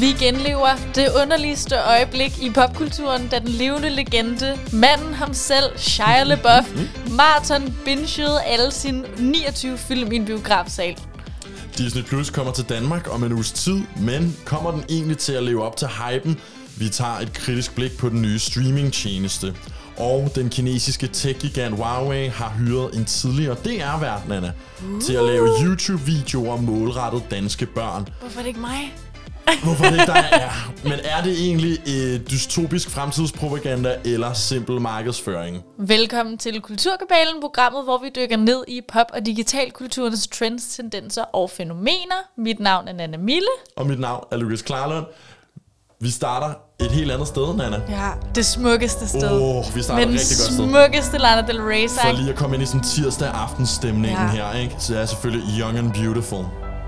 Vi genlever det underligste øjeblik i popkulturen, da den levende legende, manden ham selv, Shia LaBeouf, maraton-bingede alle sine 29 film i en biografsal. Disney Plus kommer til Danmark om en uges tid, men kommer den egentlig til at leve op til hypen? Vi tager et kritisk blik på den nye streamingtjeneste. Og den kinesiske tech-gigant Huawei har hyret en tidligere DR-vært, Nana, til at lave YouTube-videoer målrettet danske børn. Hvorfor er det ikke mig? Hvorfor det ikke dig er? Men er det egentlig dystopisk fremtidspropaganda eller simpel markedsføring? Velkommen til Kulturkabalen, programmet, hvor vi dykker ned i pop- og digitalkulturens trends, tendenser og fænomener. Mit navn er Nana Mille. Og mit navn er Lukas Klarlund. Vi starter et helt andet sted, Nana. Ja, det smukkeste sted. Vi starter et rigtig godt sted. Men smukkeste Lana Del Rey sang. For lige at komme ind i sådan tirsdag aftenstemningen her, ikke? Så det er selvfølgelig Young and Beautiful.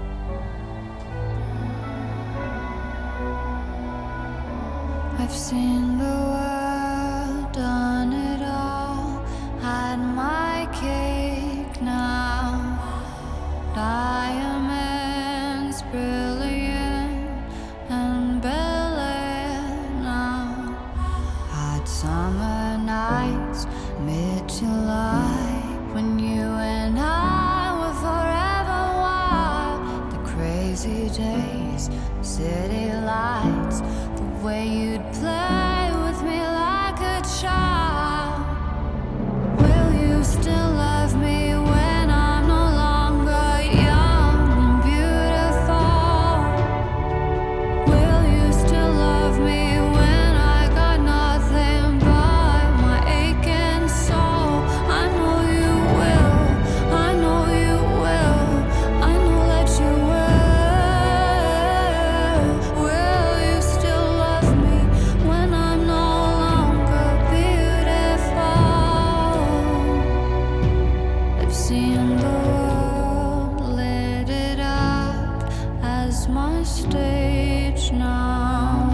I've seen the world, done it all, had my cake now. Diamonds brilliant and brilliant now. Hot summer nights, mid-July, when you and I were forever wild. The crazy days, city lights, the way you'd play with me like a child. Will you still love me when I'm no longer young and beautiful? Will you still love me when I got nothing but my aching soul? I know you will, I know you will, I know that you will. Will you still love me when I'm no longer beautiful? I've seen the world, lit it up as my stage now.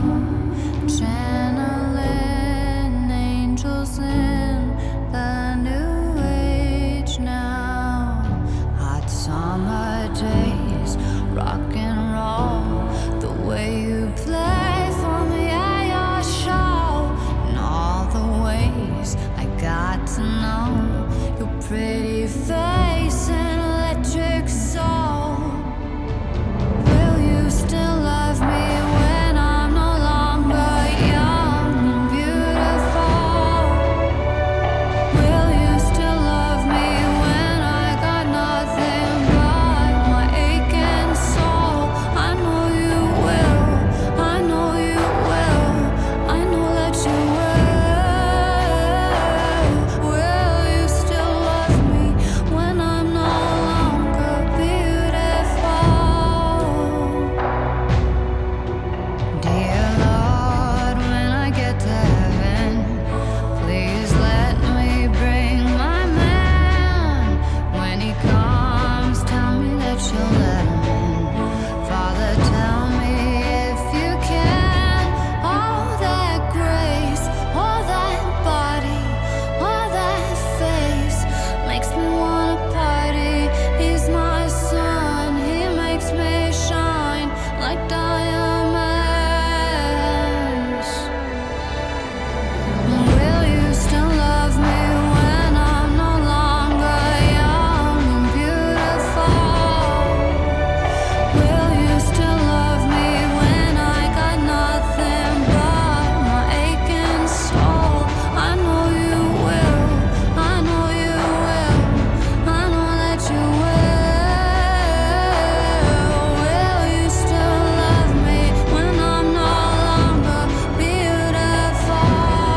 Channeling angels in the new age now. Hot summer days, rock and roll, the way you play for me at your show, and all the ways I got to know your pretty face and electric soul. Will you still love me when I'm no longer young and beautiful? Will you still love me when I got nothing but my aching soul? I know you will, I know you will, I know that you will. Will you still love me when I'm no longer beautiful? Dear Lord, when I get to heaven, please let me bring my man. When he comes, tell me that you'll let him in. Father, tell me if you can. All that grace, all that body, all that face makes me wanna party. He's my sun, he makes me shine like diamonds. Will you still love me when I'm no longer young and beautiful? Will you still love me when I got nothing but my aching soul? I know you will, I know you will, I know that you will. Will you still love me when I'm no longer beautiful?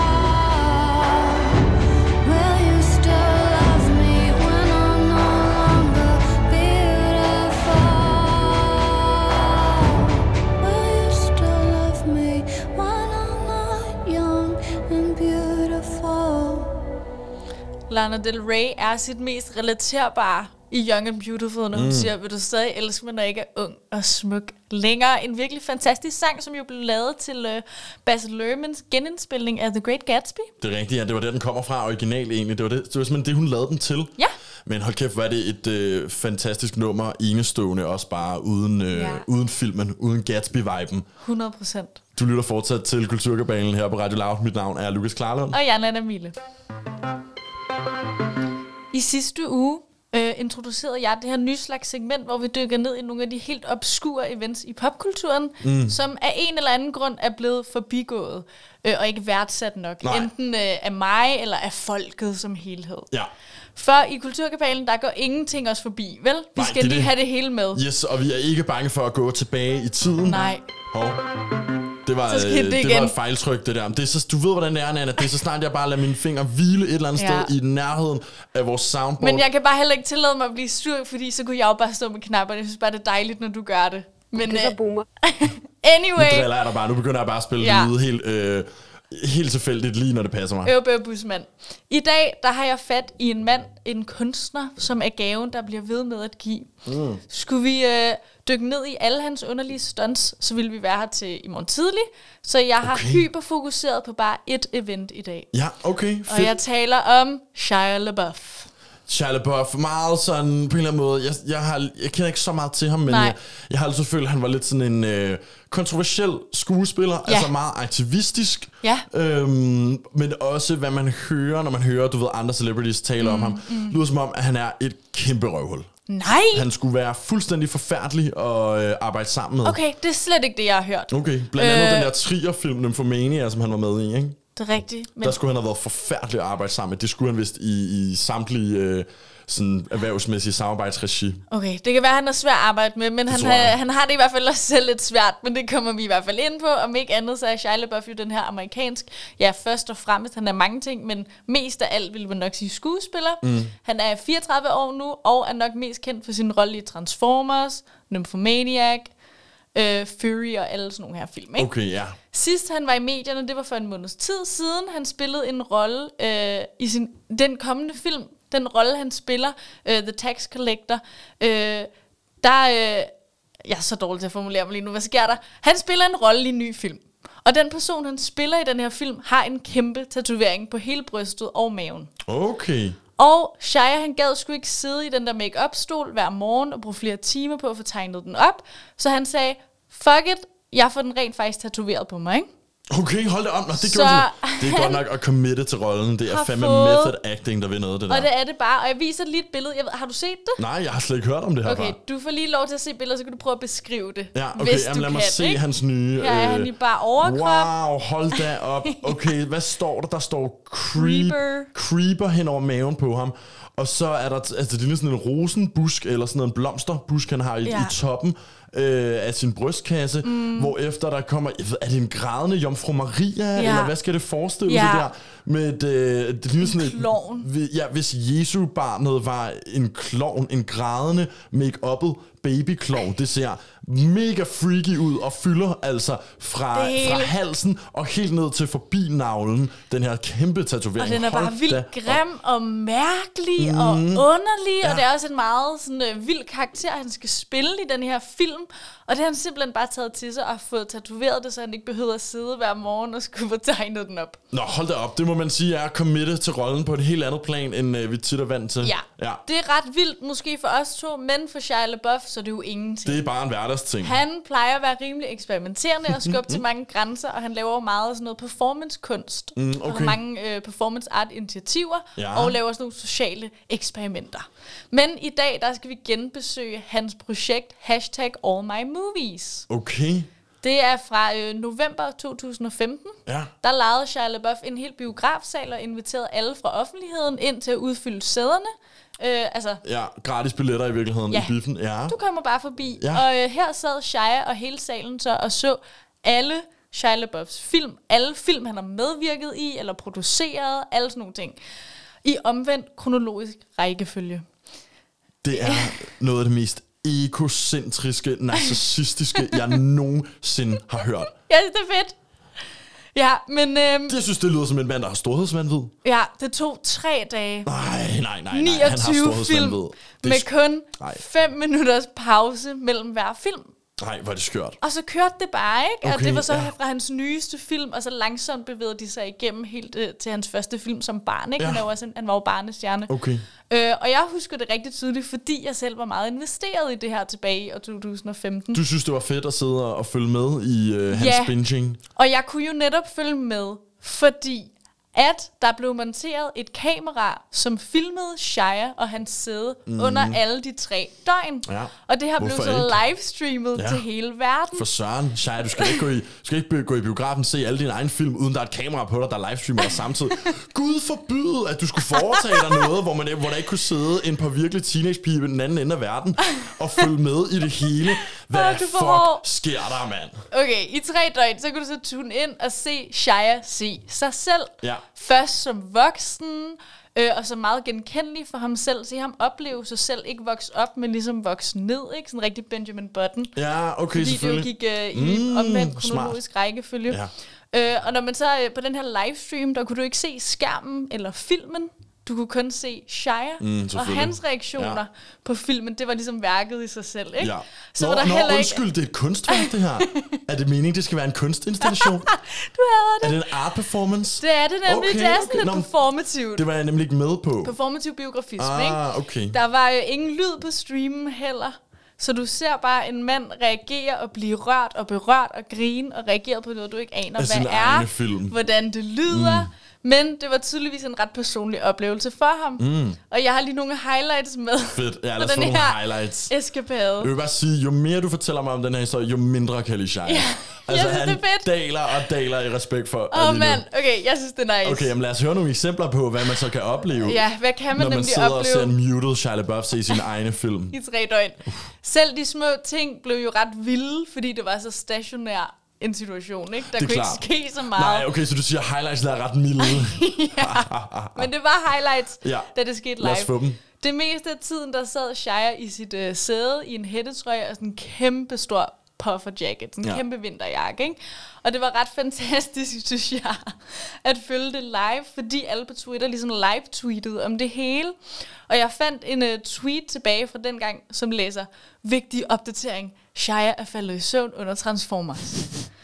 Will you still love me when I'm no longer beautiful? Will you still love me when I'm not young and beautiful? Lana Del Rey er sit mest relaterbare i Young and Beautiful, når hun siger, vil du stadig elske mig, når jeg ikke er ung og smuk længere. En virkelig fantastisk sang, som jo blev lavet til Baz Luhrmanns genindspilning af The Great Gatsby. Det er rigtigt, ja. Det var der, den kommer fra originalt egentlig. Det var simpelthen det, hun lavede den til. Ja. Men hold kæft, var det et fantastisk nummer, enestående, også bare uden filmen, uden Gatsby-viben. 100%. Du lytter fortsat til Kulturkabalen her på Radio Loud. Mit navn er Lukas Klarlund. Og Jan Mille. I sidste uge introducerede jeg det her nye slags segment, hvor vi dykker ned i nogle af de helt obskure events i popkulturen, som af en eller anden grund er blevet forbigået, og ikke værdsat nok. Nej. Enten af mig eller af folket som helhed. Ja. For i Kulturkabalen, der går ingenting os forbi, vel? Vi skal lige have det hele med. Yes, og vi er ikke bange for at gå tilbage i tiden. Nej. Det var et fejltryk, det der. Det er så, du ved, hvordan det er, Nana. Det er så snart, jeg bare lader mine fingre hvile et eller andet sted i nærheden af vores soundboard. Men jeg kan bare heller ikke tillade mig at blive sur, fordi så kunne jeg jo bare stå med knapperne. Jeg synes bare, det er dejligt, når du gør det. Men, det er så boomer. Anyway. Nu driller jeg dig bare. Nu begynder jeg bare at spille lyde helt tilfældigt, lige når det passer mig. Busmand. I dag, der har jeg fat i en mand, en kunstner, som er gaven, der bliver ved med at give. Skulle vi dykke ned i alle hans underlige stunts, så ville vi være her til i morgen tidlig. Så jeg har hyperfokuseret på bare et event i dag. Ja, okay. Fedt. Og jeg taler om Shia LaBeouf. Shia LaBeouf, meget sådan på en eller anden måde. Jeg kender ikke så meget til ham, men jeg har altid følt, at han var lidt sådan en kontroversiel skuespiller, altså meget aktivistisk. Ja. Men også hvad man hører, når man hører, du ved, andre celebrities tale om ham, lyder som om, at han er et kæmpe røvhul. Nej! Han skulle være fuldstændig forfærdelig at arbejde sammen med. Okay, det er slet ikke det, jeg har hørt. Okay, blandt andet den der Trier-film, Nymphomania, som han var med i, ikke? Det er rigtigt. Men der skulle han have været forfærdelig at arbejde sammen med. Det skulle han vist i samtlige sådan erhvervsmæssige samarbejdsregi. Okay, det kan være, at han er svær at arbejde med, men han har det i hvert fald også selv lidt svært, men det kommer vi i hvert fald ind på. Om ikke andet, så er Shia LaBeouf jo den her amerikansk, først og fremmest, han er mange ting, men mest af alt vil man nok sige skuespiller. Han er 34 år nu, og er nok mest kendt for sin rolle i Transformers, Nymphomaniac, Fury og alle sådan nogle her film, ikke? Okay, ja. Sidst han var i medierne, det var for en måneds tid siden. Han spillede en rolle i den kommende film. Den rolle, han spiller, The Tax Collector. Jeg er så dårlig til at formulere mig lige nu. Hvad sker der? Han spiller en rolle i en ny film. Og den person, han spiller i den her film, har en kæmpe tatovering på hele brystet og maven. Okay. Og Shia, han gad sgu ikke sidde i den der make-up-stol hver morgen og bruge flere timer på at få tegnet den op. Så han sagde, fuck it, jeg får den rent faktisk tatoveret på mig, ikke? Okay, hold det om. Nå, det er godt nok at committe til rollen. Det er fandme method acting, der vil noget, det der. Og det er det bare. Og jeg viser lige et billede. Har du set det? Nej, jeg har slet ikke hørt om det her. Okay, du får lige lov til at se billeder, så kan du prøve at beskrive det. Ja, okay, lad mig se ikke? Hans nye... Ja, han i bare overkrop. Wow, hold da op. Okay, hvad står der? Der står creeper hen over maven på ham. Og så er der... Altså, det er sådan en rosenbusk, eller sådan en blomsterbusk, han har i toppen af sin brystkasse, hvorefter der kommer, er det en grædende Jomfru Maria, eller hvad skal det forestille det der? Med det ligner sådan en klovn. Hvis Jesu barnet var en klovn, en grædende make-uppet babyklovn, det ser mega freaky ud og fylder altså fra halsen og helt ned til forbi navlen, den her kæmpe tatovering. Og den er bare vildt grim og mærkelig og underlig, og det er også en meget sådan, vild karakter, han skal spille i den her film. Og det har han simpelthen bare taget til sig og fået tatoveret det, så han ikke behøver at sidde hver morgen og skulle få tegnet den op. Nå, hold da op. Det må man sige er committed til rollen på et helt andet plan, end vi tit er vant til. Ja, det er ret vildt måske for os to, men for Shia LaBeouf, så det er jo ingenting. Det er bare en hverdagsting. Han plejer at være rimelig eksperimenterende og skubbe til mange grænser, og han laver meget sådan noget performance-kunst. Og har mange performance art-initiativer, og laver sådan nogle sociale eksperimenter. Men i dag, der skal vi genbesøge hans projekt, #AllMyMovies. Okay. Det er fra november 2015. Ja. Der lejede Shia LaBeouf en hel biografsal og inviterede alle fra offentligheden ind til at udfylde sæderne. Gratis billetter i virkeligheden i biffen. Ja. Du kommer bare forbi. Ja. Og her sad Shia og hele salen så alle Shia LaBeoufs film. Alle film, han har medvirket i eller produceret. Alle sådan nogle ting. I omvendt kronologisk rækkefølge. Det er noget af det mest egocentriske, narcissistiske, jeg nogensinde har hørt. Ja, det er fedt. Ja, men... Jeg synes, det lyder som en mand, der har storhedsvanvid. Ja, det tog 3 dage. Nej. 29 film med kun 5 minutters pause mellem hver film. Nej, hvor er det skørt. Og så kørte det bare, ikke? Okay, og det var så fra hans nyeste film, og så langsomt bevægede de sig igennem helt til hans første film som barn, ikke? Ja. Han var jo barnestjerne. Okay. Og jeg husker det rigtig tydeligt, fordi jeg selv var meget investeret i det her tilbage i år 2015. Du synes, det var fedt at sidde og følge med i hans binging? Og jeg kunne jo netop følge med, fordi at der blev monteret et kamera, som filmede Shia og hans sæde under alle de 3 døgn. Ja. Og det her blev Hvorfor så ikke? livestreamet til hele verden. For søren, Shia, du skal ikke gå i biografen og se alle dine egne film, uden der er et kamera på dig, der livestreamer dig samtidig. Gud forbyde, at du skulle foretage dig noget, hvor der ikke kunne sidde en par virkelig teenagepige ved den anden ende af verden og følge med i det hele. Hvad fuck sker der, mand? Okay, i 3 døgn, så kan du så tune ind og se Shia se sig selv. Ja. Først som voksen, og så meget genkendelig for ham selv. Se ham opleve sig selv, ikke vokse op, men ligesom vokse ned, ikke? Sådan rigtig Benjamin Button. Ja, okay, fordi selvfølgelig. Fordi det jo gik i omvendt kronologisk rækkefølge. Ja. Og når man så på den her livestream, der kunne du ikke se skærmen eller filmen. Du kunne kun se Shia, og hans reaktioner på filmen, det var ligesom værket i sig selv, ikke? Ja. Så var der heller undskyld, det er et kunstværk, det her. Er det meningen, det skal være en kunstinstallation? Du hader det. Er det en art performance? Det er det nemlig. Okay, det er sådan lidt performativt. Det var jeg nemlig ikke med på. Performativ biografisme, ikke? Okay. Der var jo ingen lyd på streamen heller. Så du ser bare en mand reagere og blive rørt og berørt og grine og reagere på noget, du ikke aner, hvad er, film. Hvordan det lyder. Men det var tydeligvis en ret personlig oplevelse for ham. Og jeg har lige nogle highlights med. Fedt. Ja, lad os få nogle highlights. Eskapade. Jeg vil bare sige, jo mere du fortæller mig om den her historie, jo mindre kan jeg lide Shia. Ja, altså, jeg synes, det er fedt. daler og daler i respekt for mand. Okay, jeg synes, det er nice. Okay, jamen lad os høre nogle eksempler på, hvad man så kan opleve. Ja, hvad kan man nemlig opleve? Når man sidder og ser en muted Shia LaBeouf se sine egne film. I 3 døgn. Selv de små ting blev jo ret vilde, fordi det var så stationær en situation, ikke? Der kunne ikke ske så meget. Nej, okay, så du siger, highlights der er ret milde. Men det var highlights, da det skete live. Lad os få dem. Det meste af tiden, der sad Shia i sit sæde i en hættetrøje og sådan en kæmpe stor puffer jacket, sådan en kæmpe vinterjakke, ikke? Og det var ret fantastisk, synes jeg, at følge det live, fordi alle på Twitter ligesom live-tweetede om det hele. Og jeg fandt en tweet tilbage fra den gang, som læser, vigtig opdatering, Shia er faldet i søvn under Transformers.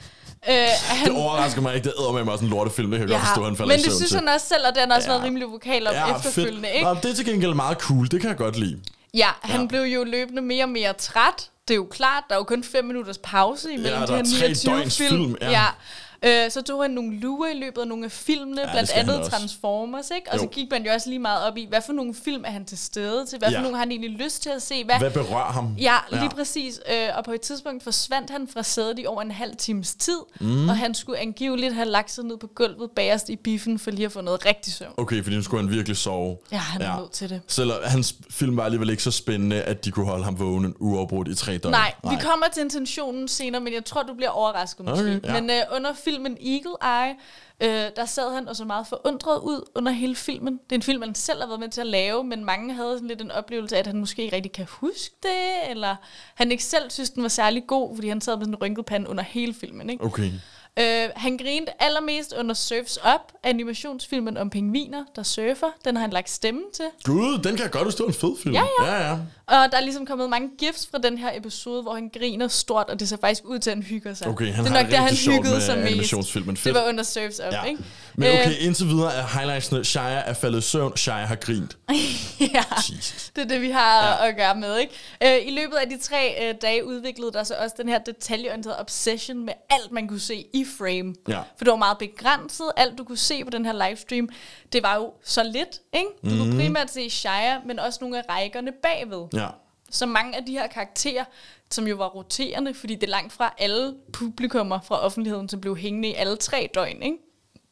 Det overrasker mig ikke, det æder med mig sådan en lortefilm, det kan godt forstå, han falder i søvn. Men det synes han også selv, og den har også været rimelig vokal om efterfølgende, ikke? Nå, det er til gengæld meget cool, det kan jeg godt lide. Ja, han blev jo løbende mere og mere træt. Det er jo klart, der er jo kun 5 minutters pause imellem de her 29 film. Så tog han nogle lurer i løbet af nogle af filmene, blandt andet Transformers, ikke? Og så gik man jo også lige meget op i, hvad for nogle film er han til stede til? Hvad for nogle har han egentlig lyst til at se? Hvad berører ham? Ja, lige præcis. Og på et tidspunkt forsvandt han fra sædet i over en halv times tid, og han skulle angiveligt have lagt sig ned på gulvet bagerst i biffen, for lige at få noget rigtig søvn. Okay, fordi nu skulle han virkelig sove. Ja, han er nødt til det. Selvom hans film var alligevel ikke så spændende, at de kunne holde ham vågen uafbrudt i 3 døgn. Nej, vi kommer til intentionen senere, men jeg tror, du bliver overrasket måske. Okay, men under filmen Eagle Eye, der sad han og så meget forundret ud under hele filmen. Det er en film, han selv har været med til at lave, men mange havde sådan lidt en oplevelse af, at han måske ikke rigtig kan huske det, eller han ikke selv synes, den var særlig god, fordi han sad med sådan en rynket pande under hele filmen, ikke? Okay. Han grinede allermest under Surf's Up, animationsfilmen om pingviner, der surfer. Den har han lagt stemme til. Gud, den kan jeg godt huske, det var en fed film. Ja. Og der er ligesom kommet mange gifs fra den her episode, hvor han griner stort, og det ser faktisk ud til, at han hygger sig. Okay, han det er har nok der, han hyggede sig animationsfilmen. Fedt. Det var under Surf's Up, ikke? Men okay, indtil videre er highlightsene, Shia er faldet i søvn, Shia har grint. Ja, Jesus. Det er det, vi har at gøre med, ikke? I løbet af de 3 dage udviklede der så også den her detaljeorienterede obsession med alt, man kunne se i frame. Ja. For det var meget begrænset. Alt, du kunne se på den her livestream, det var jo så lidt, ikke? Du kunne primært se Shia, men også nogle af rækkerne bagved. Ja. Så mange af de her karakterer, som jo var roterende, fordi det er langt fra alle publikummer fra offentligheden, som blev hængende i alle 3 døgn, ikke?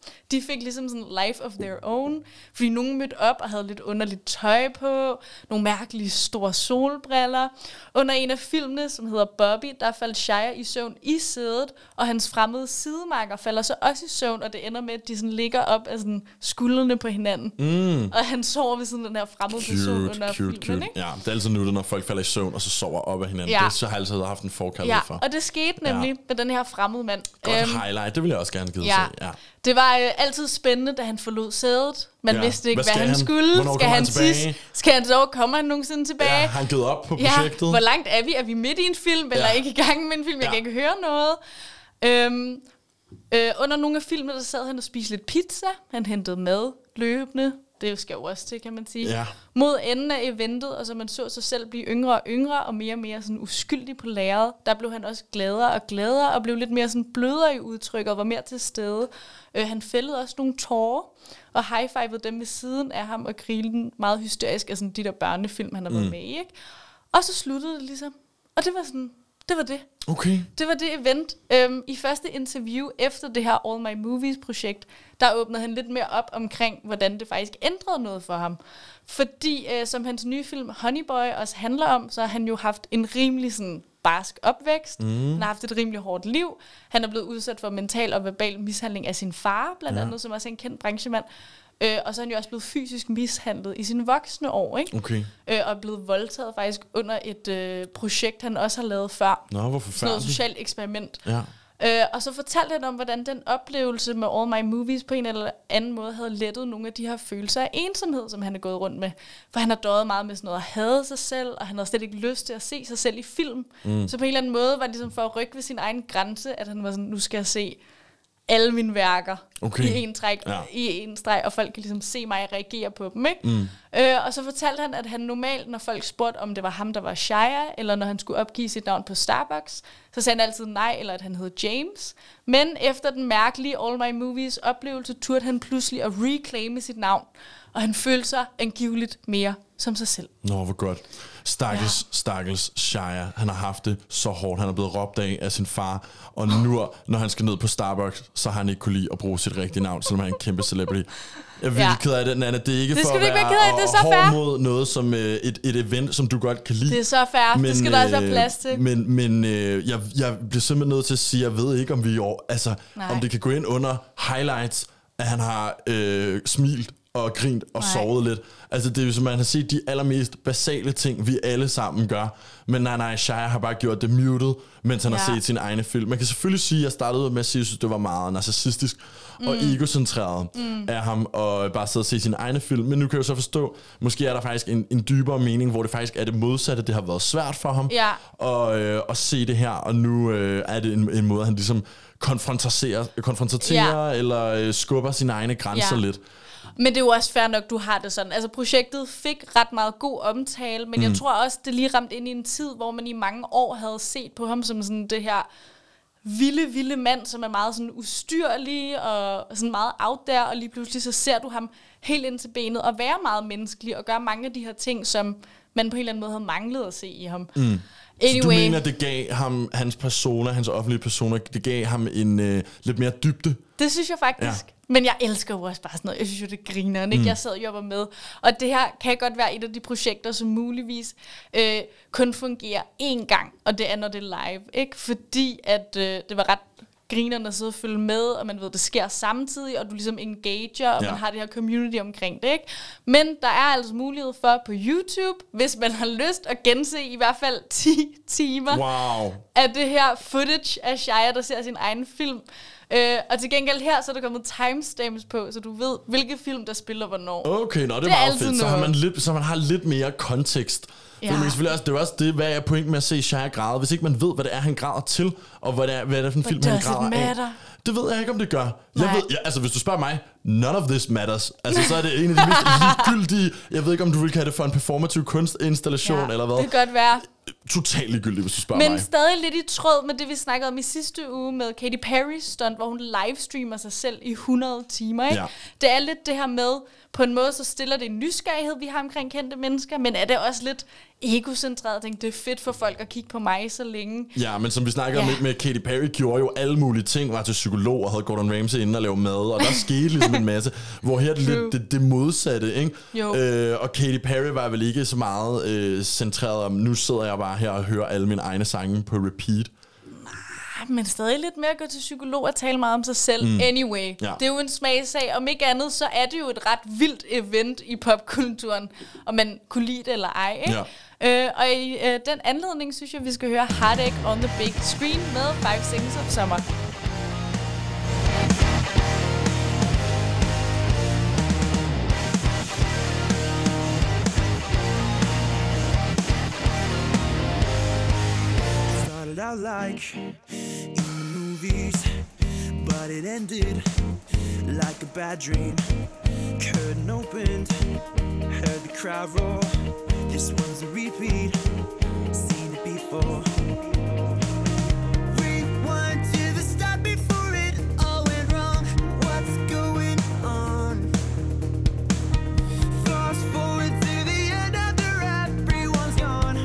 De fik ligesom sådan life of their own, fordi nogen mødte op og havde lidt underligt tøj på, nogle mærkelige store solbriller. Under en af filmene, som hedder Bobby, der faldt Shia i søvn i sædet, og hans fremmede sidemakker falder så også i søvn, og det ender med, at de sådan ligger op af sådan skuldrene på hinanden. Og han sover ved sådan den her fremmede person under filmen, ikke? Ja, det er altid nu, når folk falder i søvn, og så sover op af hinanden. Det så har jeg altid haft en forkærlighed for. Og det skete nemlig med den her fremmede mand. Godt highlight, det vil jeg også gerne give se. Ja. Det var altid spændende, da han forlod sædet. Man vidste ikke, hvad han skulle. Skal han tisse? Skal han så? Kommer han nogensinde tilbage? Ja, han givet op på projektet. Hvor langt er vi? Er vi midt i en film, eller ikke i gang med en film? Jeg kan ikke høre noget. Under nogle af filmene, der sad han og spiste lidt pizza. Han hentede mad løbende. Det skal jo også til, kan man sige. Ja. Mod enden af eventet, og så man så sig selv blive yngre og yngre, og mere sådan uskyldig på lærredet, der blev han også gladere og gladere, og blev lidt mere sådan blødere i udtryk, og var mere til stede. Han fældede også nogle tårer, og high-fivede dem ved siden af ham, og grillede meget hysterisk af sådan de der børnefilm, han har været med i, ikke? Og så sluttede det ligesom. Og det var sådan... Det var det. Okay. Det var det event. I første interview efter det her All My Movies-projekt, der åbnede han lidt mere op omkring, hvordan det faktisk ændrede noget for ham. Fordi som hans nye film Honey Boy også handler om, så har han jo haft en rimelig sådan barsk opvækst. Han har haft et rimelig hårdt liv. Han er blevet udsat for mental og verbal mishandling af sin far, blandt andet, som også er en kendt branchemand. Og så er han jo også blevet fysisk mishandlet i sine voksne år, ikke? Okay. Og er blevet voldtaget faktisk under et projekt, han også har lavet før. Nå, hvor forfærdeligt. Noget socialt eksperiment. Ja. Og så fortalte han om, hvordan den oplevelse med All My Movies på en eller anden måde havde lettet nogle af de her følelser af ensomhed, som han er gået rundt med. For han har døjet meget med sådan noget at hade sig selv, og han havde slet ikke lyst til at se sig selv i film. Så på en eller anden måde var det ligesom for at rykke ved sin egen grænse, at han var sådan, nu skal jeg se alle mine værker i en træk, i en streg, og folk kan ligesom se mig reagere på dem, ikke? Og så fortalte han, at han normalt, når folk spurgte, om det var ham, der var Shia, eller når han skulle opgive sit navn på Starbucks, så sagde han altid nej, eller at han hed James. Men efter den mærkelige All My Movies oplevelse, turde han pludselig at reclaime sit navn, og han følte sig angiveligt mere som sig selv. Nå, hvor godt. Stakkels Shia. Han har haft det så hårdt. Han er blevet råbt af sin far. Og nu, når han skal ned på Starbucks, så har han ikke kunne lide at bruge sit rigtige navn, selvom han er en kæmpe celebrity. Jeg er virkelig ked af det, Nana. Det er ikke for at være hård mod noget som et event, som du godt kan lide. Det er så fair. Det skal der også være plads til. Men jeg bliver simpelthen nødt til at sige, jeg ved ikke, om vi i år, altså, om det kan gå ind under highlights, at han har smilt og grint og sovet lidt. Altså det er jo som man har set de allermest basale ting, vi alle sammen gør. Men nej, Shia har bare gjort det muted, mens han har set sine egne film. Man kan selvfølgelig sige, at jeg startede med at sige, at det var meget narcissistisk og egocentreret af ham, og bare sidde og se sine egne film. Men nu kan jeg jo så forstå, måske er der faktisk en dybere mening, hvor det faktisk er det modsatte. Det har været svært for ham at se det her, og nu er det en måde, han ligesom konfronterer eller skubber sine egne grænser lidt. Men det er jo også fair nok, du har det sådan. Altså projektet fik ret meget god omtale, men jeg tror også, det lige ramte ind i en tid, hvor man i mange år havde set på ham som sådan det her vilde mand, som er meget sådan ustyrlig og sådan meget out there, og lige pludselig så ser du ham helt ind til benet og være meget menneskelig og gøre mange af de her ting, som man på en eller anden måde havde manglet at se i ham. Anyway. Så du mener, det gav ham, hans persona, hans offentlige persona, det gav ham en lidt mere dybde? Det synes jeg faktisk. Ja. Men jeg elsker jo også bare sådan noget. Jeg synes jo, det griner, ikke? Jeg sad og var med. Og det her kan godt være et af de projekter, som muligvis kun fungerer én gang, og det er, når det er live. Ikke? Fordi at det var ret grinerne at sidde og følge med, og man ved, det sker samtidig, og du ligesom engager, og man har det her community omkring det, ikke? Men der er altså mulighed for på YouTube, hvis man har lyst at gense i hvert fald 10 timer af det her footage af Shia, der ser sin egen film. Og til gengæld her, så er der kommet timestamps på, så du ved, hvilke film, der spiller hvornår. Okay, det er meget fedt. Så man har lidt mere kontekst. Ja. Man kan også, det er også det, hvad er pointen med at se Shia græde, hvis ikke man ved, hvad det er, han græder til, og hvad det er for en film, han græder af. Det ved jeg ikke, om det gør. Altså, hvis du spørger mig, none of this matters. Altså, så er det en af de mest ligegyldige. Jeg ved ikke, om du vil kalde det for en performative kunstinstallation, eller hvad. Det kan godt være. Totalt ligegyldigt, hvis du spørger mig. Men stadig lidt i tråd med det, vi snakkede om i sidste uge med Katy Perry's stunt, hvor hun livestreamer sig selv i 100 timer. Ikke? Ja. Det er lidt det her med, på en måde så stiller det en nysgerrighed, vi har omkring kendte mennesker, men er det også lidt egocentreret? Det er fedt for folk at kigge på mig så længe. Ja, men som vi snakkede om med Katy Perry, gjorde jo alle mulige ting, var til psykolog og havde Gordon Ramsay inde og lave mad, og der skete ligesom en masse, hvor her er det lidt det modsatte, ikke? Og Katy Perry var vel ikke så meget centreret om, nu sidder jeg bare her og hører alle mine egne sange på repeat. Men stadig lidt mere at gå til psykolog og tale meget om sig selv. Anyway, det er jo en smagsag. Om ikke andet, så er det jo et ret vildt event i popkulturen, om man kunne lide det eller ej, ikke? Ja. Og i den anledning, synes jeg, vi skal høre Heartache on the Big Screen med 5 Seconds of Summer. Out like in the movies, but it ended like a bad dream. Curtain opened, heard the crowd roar. This one's a repeat, seen it before. Rewind to the start before it all went wrong. What's going on? Fast forward to the end after everyone's gone.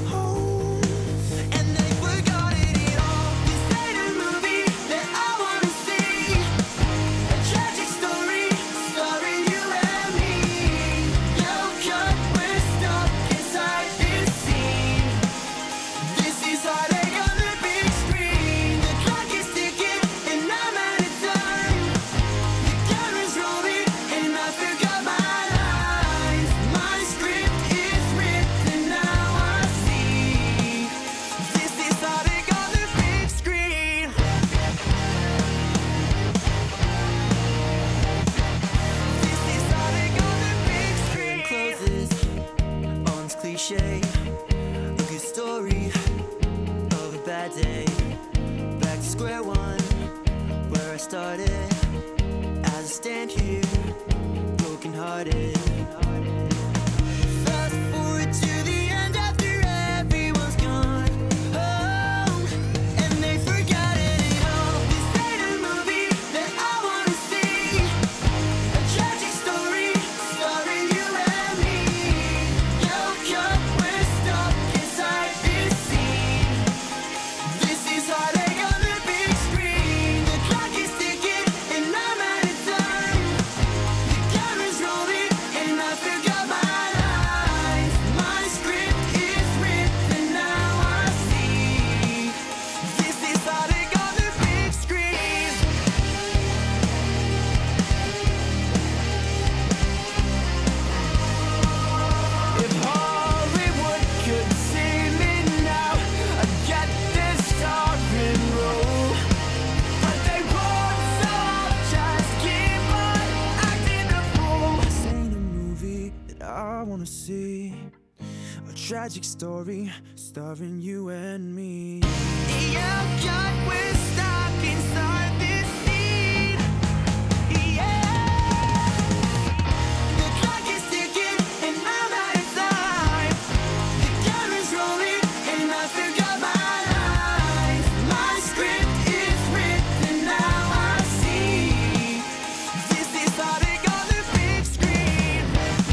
A good story of a bad day. Back to square one, where I started. As I stand here, broken hearted. Fast forward to the end after everyone's gone. Oh, and they forgot it all. This ain't a movie that I wanna see. A tragic story starring you and me. Tragic story starring you and me. Yeah, God, we're stuck inside this scene. Yeah, the clock is ticking and I'm out of time. The camera's rolling and I forgot my lines. My script is written, now I see. This is Heartache on the big screen.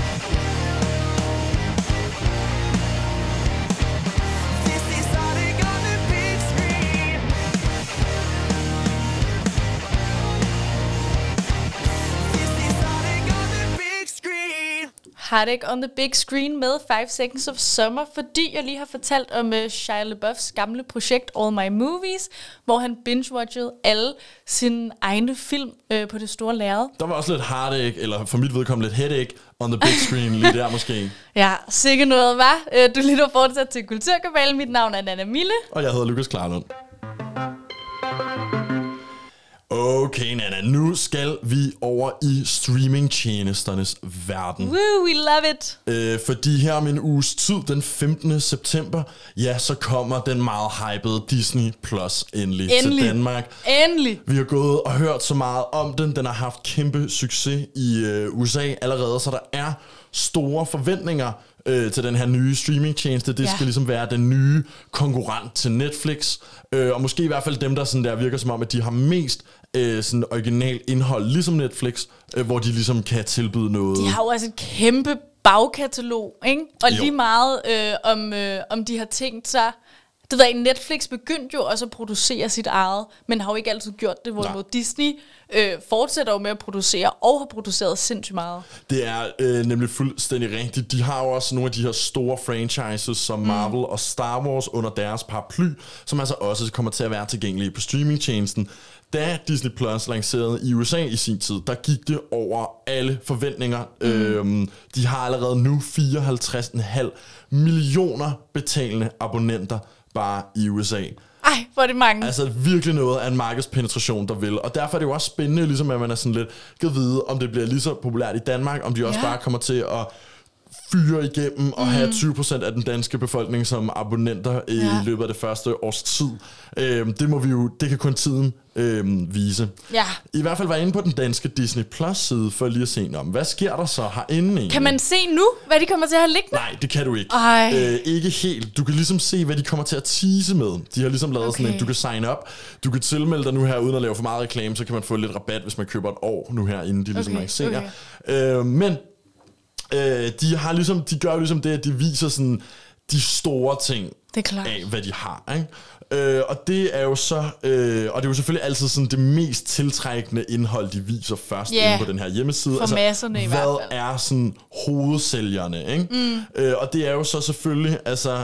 Heartache on the Big Screen med 5 Seconds of Summer, fordi jeg lige har fortalt om Shia LaBeoufs gamle projekt All My Movies, hvor han binge-watchede alle sine egne film på det store lærred. Der var også lidt heartache, eller for mit vedkommende lidt headache on the big screen lige der måske. Ja, sikkert noget var. Du lytter fortsat til Kulturkabalen. Mit navn er Nana Mille. Og jeg hedder Lukas Klarlund. Okay, Nana, nu skal vi over i streamingtjenesternes verden. Woo, we love it! Fordi her om en uges tid, den 15. september, ja, så kommer den meget hypede Disney Plus endelig til Danmark. Endelig! Vi har gået og hørt så meget om den. Den har haft kæmpe succes i USA allerede, så der er store forventninger til den her nye streamingtjeneste. Det skal ligesom være den nye konkurrent til Netflix. Og måske i hvert fald dem, der sådan der virker som om, at de har mest sådan original indhold, ligesom Netflix, hvor de ligesom kan tilbyde noget. De har jo altså et kæmpe bagkatalog, ikke? Og Jo. lige meget om de har tænkt sig... Det ved jeg, Netflix begyndte jo også at producere sit eget, men har jo ikke altid gjort det, hvorimod Disney fortsætter jo med at producere, og har produceret sindssygt meget. Det er nemlig fuldstændig rigtigt. De har jo også nogle af de her store franchises, som Marvel og Star Wars under deres paraply, som altså også kommer til at være tilgængelige på streamingtjenesten. Da Disney Plus lancerede i USA i sin tid, der gik det over alle forventninger. De har allerede nu 54,5 millioner betalende abonnenter bare i USA. Ej, hvor er det mange. Altså virkelig noget af en markedspenetration, der vil. Og derfor er det jo også spændende, ligesom at man er sådan lidt, kan vide, om det bliver lige så populært i Danmark, om de også bare kommer til at fyre igennem og have 20% af den danske befolkning som abonnenter i løbet af det første års tid. Det kan kun tiden vise. Ja. I hvert fald var jeg inde på den danske Disney Plus side for lige at se om, hvad sker der så herinde egentlig? Kan man se nu, hvad de kommer til at have liggende? Nej, det kan du ikke. Ej. Ikke helt. Du kan ligesom se, hvad de kommer til at tease med. De har ligesom lavet sådan en, du kan sign up. Du kan tilmelde dig nu her, uden at lave for meget reklame, så kan man få lidt rabat, hvis man køber et år nu her, inden de ligesom lancerer. Men de gør jo ligesom det, at de viser sådan de store ting af, hvad de har, ikke? Og det er jo så, og det er jo selvfølgelig altid sådan det mest tiltrækkende indhold, de viser først inde på den her hjemmeside. For masserne i hvert fald. Hvad er sådan hovedsælgerne, ikke? Og det er jo så selvfølgelig, altså,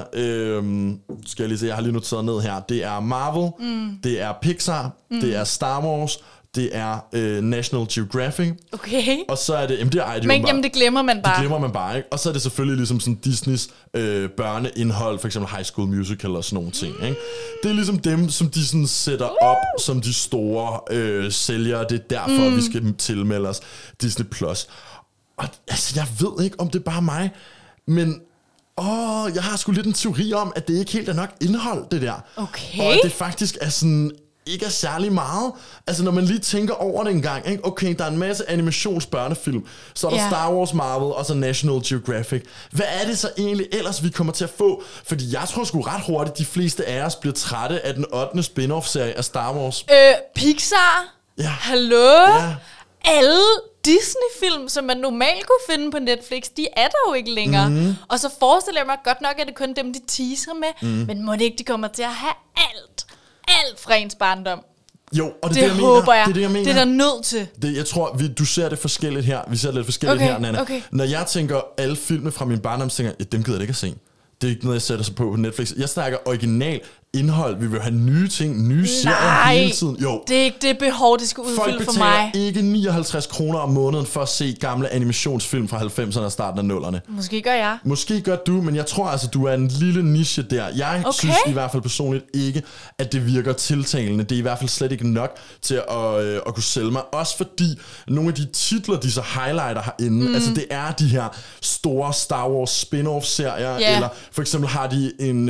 skal jeg lige se, jeg har lige noteret ned her, det er Marvel, det er Pixar, det er Star Wars, det er National Geographic. Okay. Og så er det, jamen det er det. Men jamen, det glemmer man bare. Det glemmer man bare, ikke? Og så er det selvfølgelig ligesom sådan Disneys børneindhold, for eksempel High School Musical og sådan nogle ting, ikke? Det er ligesom dem, som de sådan sætter op som de store sælgere. Det er derfor, vi skal tilmelde os Disney Plus. Og altså, jeg ved ikke, om det er bare mig, men jeg har sgu lidt en teori om, at det ikke helt er nok indhold, det der. Okay. Og at det faktisk er sådan ikke er særlig meget. Altså, når man lige tænker over det en gang, ikke? Okay, der er en masse animationsbørnefilm, så er der Star Wars, Marvel og så National Geographic. Hvad er det så egentlig ellers, vi kommer til at få? Fordi jeg tror sgu ret hurtigt, de fleste af os bliver trætte af den 8. spin-off-serie af Star Wars. Pixar? Ja. Hallo? Ja. Alle Disney-film, som man normalt kunne finde på Netflix, de er der jo ikke længere. Og så forestiller jeg mig godt nok, at det kun dem, de teaser med. Men må det ikke, de kommer til at have alt fra ens barndom? Jo, og det håber jeg. Det er det, jeg mener. Det er der nødt til. Jeg tror, du ser det forskelligt her. Vi ser det lidt forskelligt her, Nanna. Okay. Når jeg tænker alle filmene fra min barndom, tænker jeg, dem gider jeg ikke at se. Det er ikke noget, jeg sætter sig på Netflix. Jeg snakker original indhold. Vi vil have nye ting, nye serier hele tiden. Jo. Det er ikke det behov, det skal udfylde for mig. Folk betaler ikke 59 kroner om måneden for at se gamle animationsfilm fra 90'erne og starten af 0'erne. Måske gør jeg. Måske gør du, men jeg tror altså, du er en lille niche der. Jeg synes i hvert fald personligt ikke, at det virker tiltalende. Det er i hvert fald slet ikke nok til at kunne sælge mig. Også fordi nogle af de titler, de så highlighter herinde, altså det er de her store Star Wars spin-off-serier, eller for eksempel har de en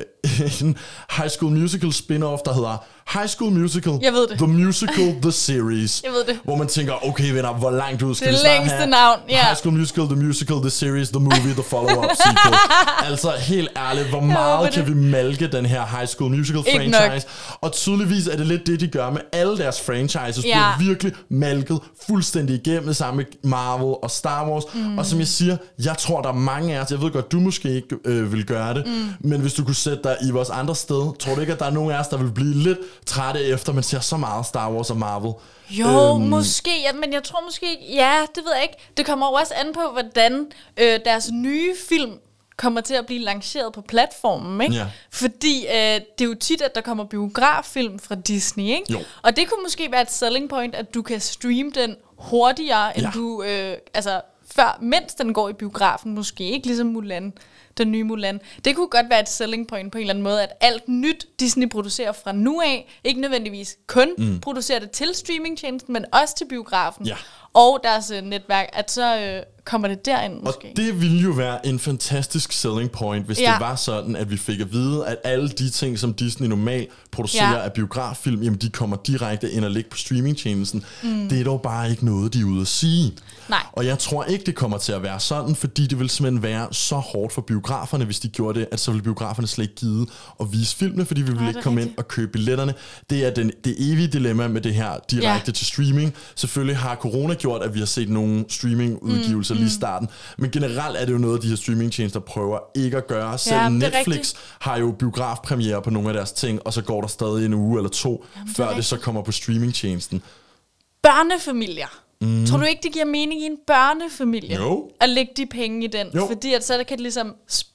High School Musical spin-off, der hedder High School Musical, The Musical, The Series. Jeg ved det. Hvor man tænker, okay venner, hvor langt ud skal det vi snart have? Det længste navn, High School Musical, The Musical, The Series, The Movie, The Follow-Up Sequel. Altså helt ærligt, hvor meget kan vi malke den her High School Musical franchise? Og tydeligvis er det lidt det, de gør med alle deres franchises. Bliver virkelig malket fuldstændig igennem sammen med Marvel og Star Wars. Og som jeg siger, jeg tror, der er mange af os, jeg ved godt, du måske ikke vil gøre det, men hvis du kunne sætte dig i vores andre sted, tror du ikke, at der er nogen af os, der vil blive lidt trætte efter, man ser så meget Star Wars og Marvel? Jo, måske, men jeg tror måske, det ved jeg ikke. Det kommer jo også an på, hvordan deres nye film kommer til at blive lanceret på platformen, ikke? Yeah. Fordi det er jo tit, at der kommer biograffilm fra Disney, ikke? Jo. Og det kunne måske være et selling point, at du kan streame den hurtigere, end du, før, mens den går i biografen, måske ikke ligesom Mulan. den nye Mulan. Det kunne godt være et selling point på en eller anden måde, at alt nyt Disney producerer fra nu af, ikke nødvendigvis kun producerer det til streamingtjenesten, men også til biografen. Ja. Og deres netværk, at så kommer det derind måske. Og det ville jo være en fantastisk selling point, hvis det var sådan, at vi fik at vide, at alle de ting, som Disney normalt producerer af biograffilm, jamen de kommer direkte ind og ligger på streamingtjenesten. Det er dog bare ikke noget, de er ude at sige. Nej. Og jeg tror ikke, det kommer til at være sådan, fordi det vil simpelthen være så hårdt for biograferne, hvis de gjorde det, at så ville biograferne slet ikke gide at vise filmene, fordi vi ville ikke komme ind og købe billetterne. Det er det evige dilemma med det her direkte til streaming. Selvfølgelig har corona gjort, at vi har set nogle streamingudgivelser lige i starten, men generelt er det jo noget, de her streamingtjenester prøver ikke at gøre. Selv Netflix har jo biografpremiere på nogle af deres ting, og så går der stadig en uge eller to, før det så kommer på streamingtjenesten. Børnefamilier. Tror du ikke, det giver mening i en børnefamilie at lægge de penge i den? Jo. Fordi at så kan det ligesom...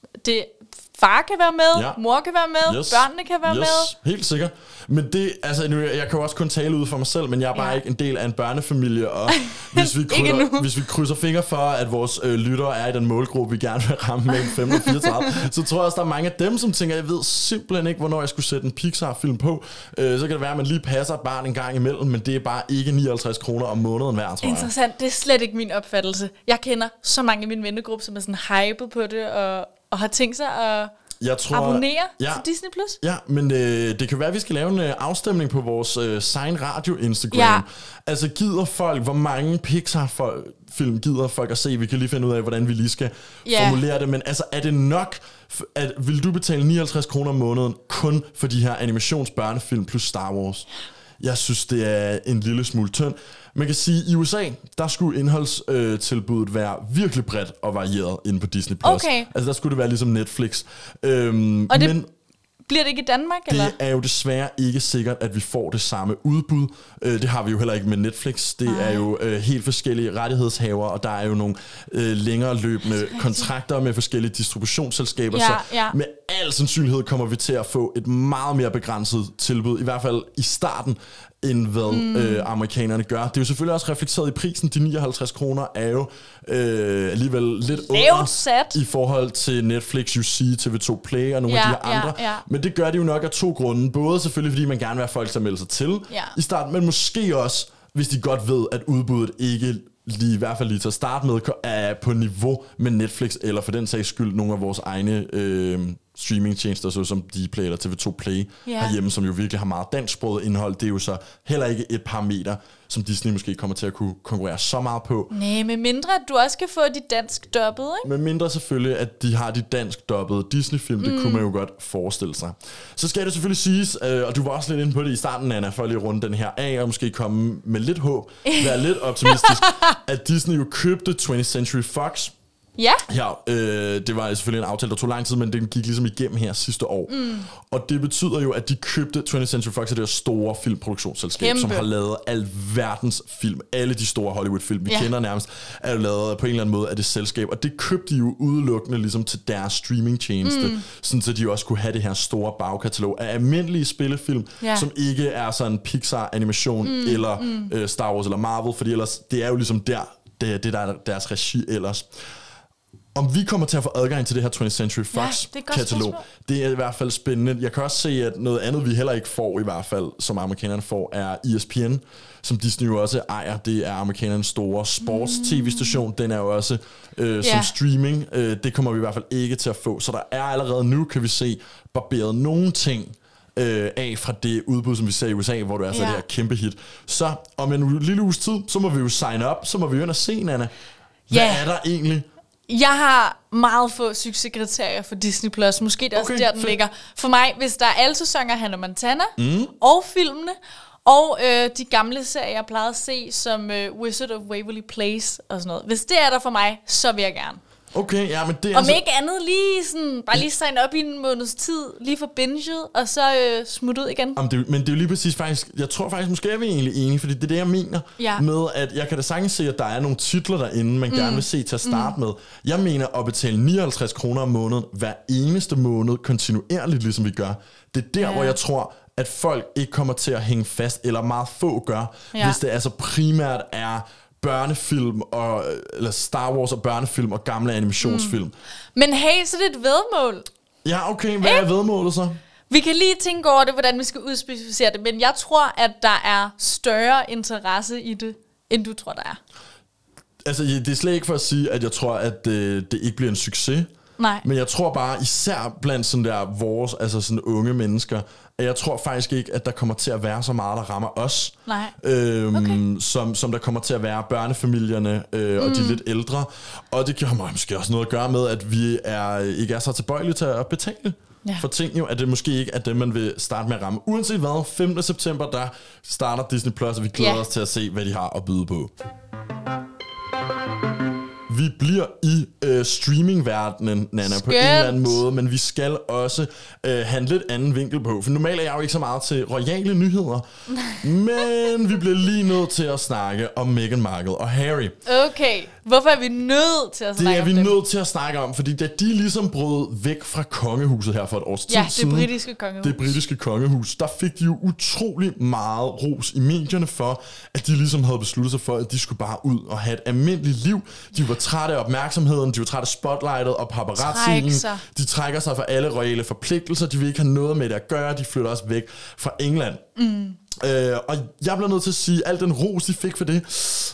Far kan være med, mor kan være med, børnene kan være med. Helt sikkert. Men det, altså, jeg kan jo også kun tale ud for mig selv, men jeg er bare ikke en del af en børnefamilie, og hvis vi krydser fingre for, at vores lyttere er i den målgruppe, vi gerne vil ramme med 534, så tror jeg også, der er mange af dem, som tænker, jeg ved simpelthen ikke, hvornår jeg skulle sætte en Pixar-film på. Så kan det være, at man lige passer et barn en gang imellem, men det er bare ikke 59 kroner om måneden hver, tror jeg. Interessant, det er slet ikke min opfattelse. Jeg kender så mange i min vennegruppe, som er sådan hyped på det, og har tænkt sig at abonnere til Disney+. Ja, men det kan være, at vi skal lave en afstemning på vores Sign Radio Instagram. Ja. Altså gider folk, hvor mange Pixar-film gider folk at se? Vi kan lige finde ud af, hvordan vi lige skal formulere det. Men altså, er det nok, vil du betale 59 kroner om måneden kun for de her animationsbørnefilm plus Star Wars? Jeg synes, det er en lille smule tynd. Man kan sige, at i USA, der skulle indholdstilbuddet være virkelig bredt og varieret inde på Disney+. Okay. Altså, der skulle det være ligesom Netflix. Og det bliver det ikke i Danmark, eller? Det er jo desværre ikke sikkert, at vi får det samme udbud. Det har vi jo heller ikke med Netflix. Det er jo helt forskellige rettighedshavere, og der er jo nogle længere løbende kontrakter med forskellige distributionsselskaber. Så med al sandsynlighed kommer vi til at få et meget mere begrænset tilbud, i hvert fald i starten, end hvad amerikanerne gør. Det er jo selvfølgelig også reflekteret i prisen. De 59 kroner er jo alligevel lidt under i forhold til Netflix, UC, TV2 Play og nogle af de her andre. Men det gør de jo nok af to grunde. Både selvfølgelig, fordi man gerne vil have folk til at melde sig til i starten, men måske også, hvis de godt ved, at udbuddet ikke i hvert fald lige til at starte med, er på niveau med Netflix, eller for den sags skyld nogle af vores egne streamingtjenester, såsom Dplay eller TV2 Play herhjemme, som jo virkelig har meget dansksproget indhold. Det er jo så heller ikke et parameter, som Disney måske kommer til at kunne konkurrere så meget på. Nej, med mindre at du også kan få de dansk dubbede, ikke? Med mindre selvfølgelig, at de har de dansk dubbede Disney-film, det kunne man jo godt forestille sig. Så skal det selvfølgelig siges, og du var også lidt inde på det i starten, Anna, for lige rundt den her af, og måske komme med lidt håb, være lidt optimistisk, at Disney jo købte 20th Century Fox. Ja. Det var selvfølgelig en aftale, der tog lang tid, men den gik ligesom igennem her sidste år. Og det betyder jo, at de købte 20th Century Fox, det her store filmproduktionsselskab, som har lavet alverdens film. Alle de store Hollywood-film, vi kender nærmest, er jo lavet på en eller anden måde af det selskab. Og det købte de jo udelukkende ligesom til deres streamingtjeneste, sådan så de også kunne have det her store bagkatalog af almindelige spillefilm, som ikke er sådan Pixar-animation eller Star Wars eller Marvel, fordi ellers, det er jo ligesom der er deres regi ellers. Om vi kommer til at få adgang til det her 20th Century Fox-katalog, det er i hvert fald spændende. Jeg kan også se, at noget andet, vi heller ikke får i hvert fald, som amerikanerne får, er ESPN, som Disney jo også ejer. Det er amerikanernes store sports-tv-station. Den er jo også som streaming. Det kommer vi i hvert fald ikke til at få. Så der er allerede nu, kan vi se, barberet nogle ting af fra det udbud, som vi ser i USA, hvor du er så det her kæmpe hit. Så om en lille uges tid, så må vi jo sign up, så må vi jo ind og se, Anna. Hvad er der egentlig? Jeg har meget få succeskriterier for Disney+. Måske det er også der, den ligger. For mig, hvis der er alle sæsoner Hannah Montana, og filmene, og de gamle serier, jeg plejede at se, som Wizard of Waverly Place og sådan noget. Hvis det er der for mig, så vil jeg gerne. Okay, ja, men det er om ikke andet lige sådan, bare lige sign op i en måneds tid, lige for binget, og så smutte ud igen. Men det er jo lige præcis faktisk, jeg tror faktisk, måske er vi egentlig enige, fordi det er det, jeg mener med, at jeg kan da sagtens se, at der er nogle titler derinde, man gerne vil se til at starte med. Jeg mener at betale 59 kroner om måneden, hver eneste måned, kontinuerligt, ligesom vi gør. Det er der, hvor jeg tror, at folk ikke kommer til at hænge fast, eller meget få gør, hvis det altså primært er børnefilm, eller Star Wars og børnefilm og gamle animationsfilm. Men hey, så det er et vedmål. Ja, okay, hvad er vedmålet så? Vi kan lige tænke over det, hvordan vi skal udspecificere det, men jeg tror, at der er større interesse i det, end du tror, der er. Altså, det er slet ikke for at sige, at jeg tror, at det ikke bliver en succes. Nej. Men jeg tror bare, især blandt sådan der vores, altså sådan unge mennesker, at jeg tror faktisk ikke, at der kommer til at være så meget, der rammer os. Nej. Som der kommer til at være børnefamilierne og de lidt ældre. Og det har måske også noget at gøre med, at vi ikke er så tilbøjelige til at betale for ting. Jo, at det måske ikke er det, man vil starte med at ramme. Uanset hvad, 5. september, der starter Disney+, og vi glæder os til at se, hvad de har at byde på. Vi bliver i streamingverdenen, Nana, på en eller anden måde, men vi skal også have en lidt anden vinkel på. For normalt er jeg jo ikke så meget til royale nyheder, men vi bliver lige nødt til at snakke om Meghan Markle og Harry. Okay, hvorfor er vi nødt til at snakke om det? Det er vi dem? nødt til at snakke om, fordi da de ligesom brød væk fra kongehuset her for et års tid siden, det britiske kongehus, der fik de jo utrolig meget ros i medierne for, at de ligesom havde besluttet sig for, at de skulle bare ud og have et almindeligt liv. De var trætte af opmærksomheden, de var trætte af spotlightet og paparazzien. De trækker sig fra alle royale forpligtelser, de vil ikke have noget med det at gøre, de flytter også væk fra England. Og jeg bliver nødt til at sige, at al den ros, de fik for det,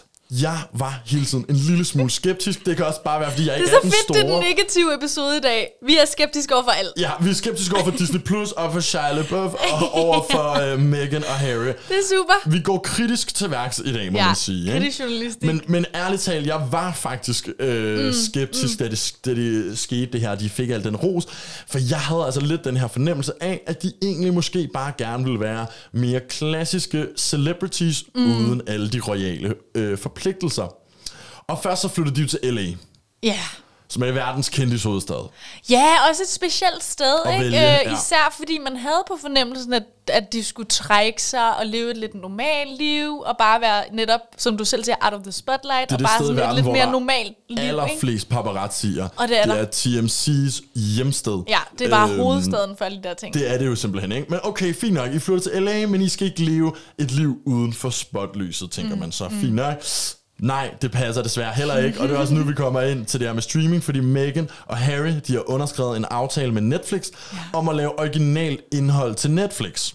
jeg var hele tiden en lille smule skeptisk. Det kan også bare være, fordi jeg ikke er den store. Det er så fedt, det er den negative episode i dag. Vi er skeptiske over for alt. Ja, vi er skeptiske over for Disney Plus og for Shia LaBeouf og over for Meghan og Harry. Det er super. Vi går kritisk til værks i dag, må man sige. Kritisk journalistik. Men ærligt talt, jeg var faktisk skeptisk, da det skete det her. De fik al den ros. For jeg havde altså lidt den her fornemmelse af, at de egentlig måske bare gerne ville være mere klassiske celebrities, uden alle de royale forpligtelser. Og først så flyttede de jo til LA. Ja. Som er verdens kendte hovedstad. Ja, også et specielt sted, ikke? Vælge, især fordi man havde på fornemmelsen, at de skulle trække sig og leve et lidt normalt liv, og bare være netop, som du selv siger, out of the spotlight, og bare sådan et lidt mere normalt liv. Allerflest paparazzier. Og det er TMC's hjemsted. Ja, det er bare hovedstaden for alle de der ting. Det er det jo simpelthen, ikke? Men okay, fint nok, I flytter til LA, men I skal ikke leve et liv uden for spotlyset, tænker man så. Fint nok. Nej, det passer desværre heller ikke, og det er også nu, vi kommer ind til det her med streaming, fordi Meghan og Harry, de har underskrevet en aftale med Netflix om at lave originalt indhold til Netflix.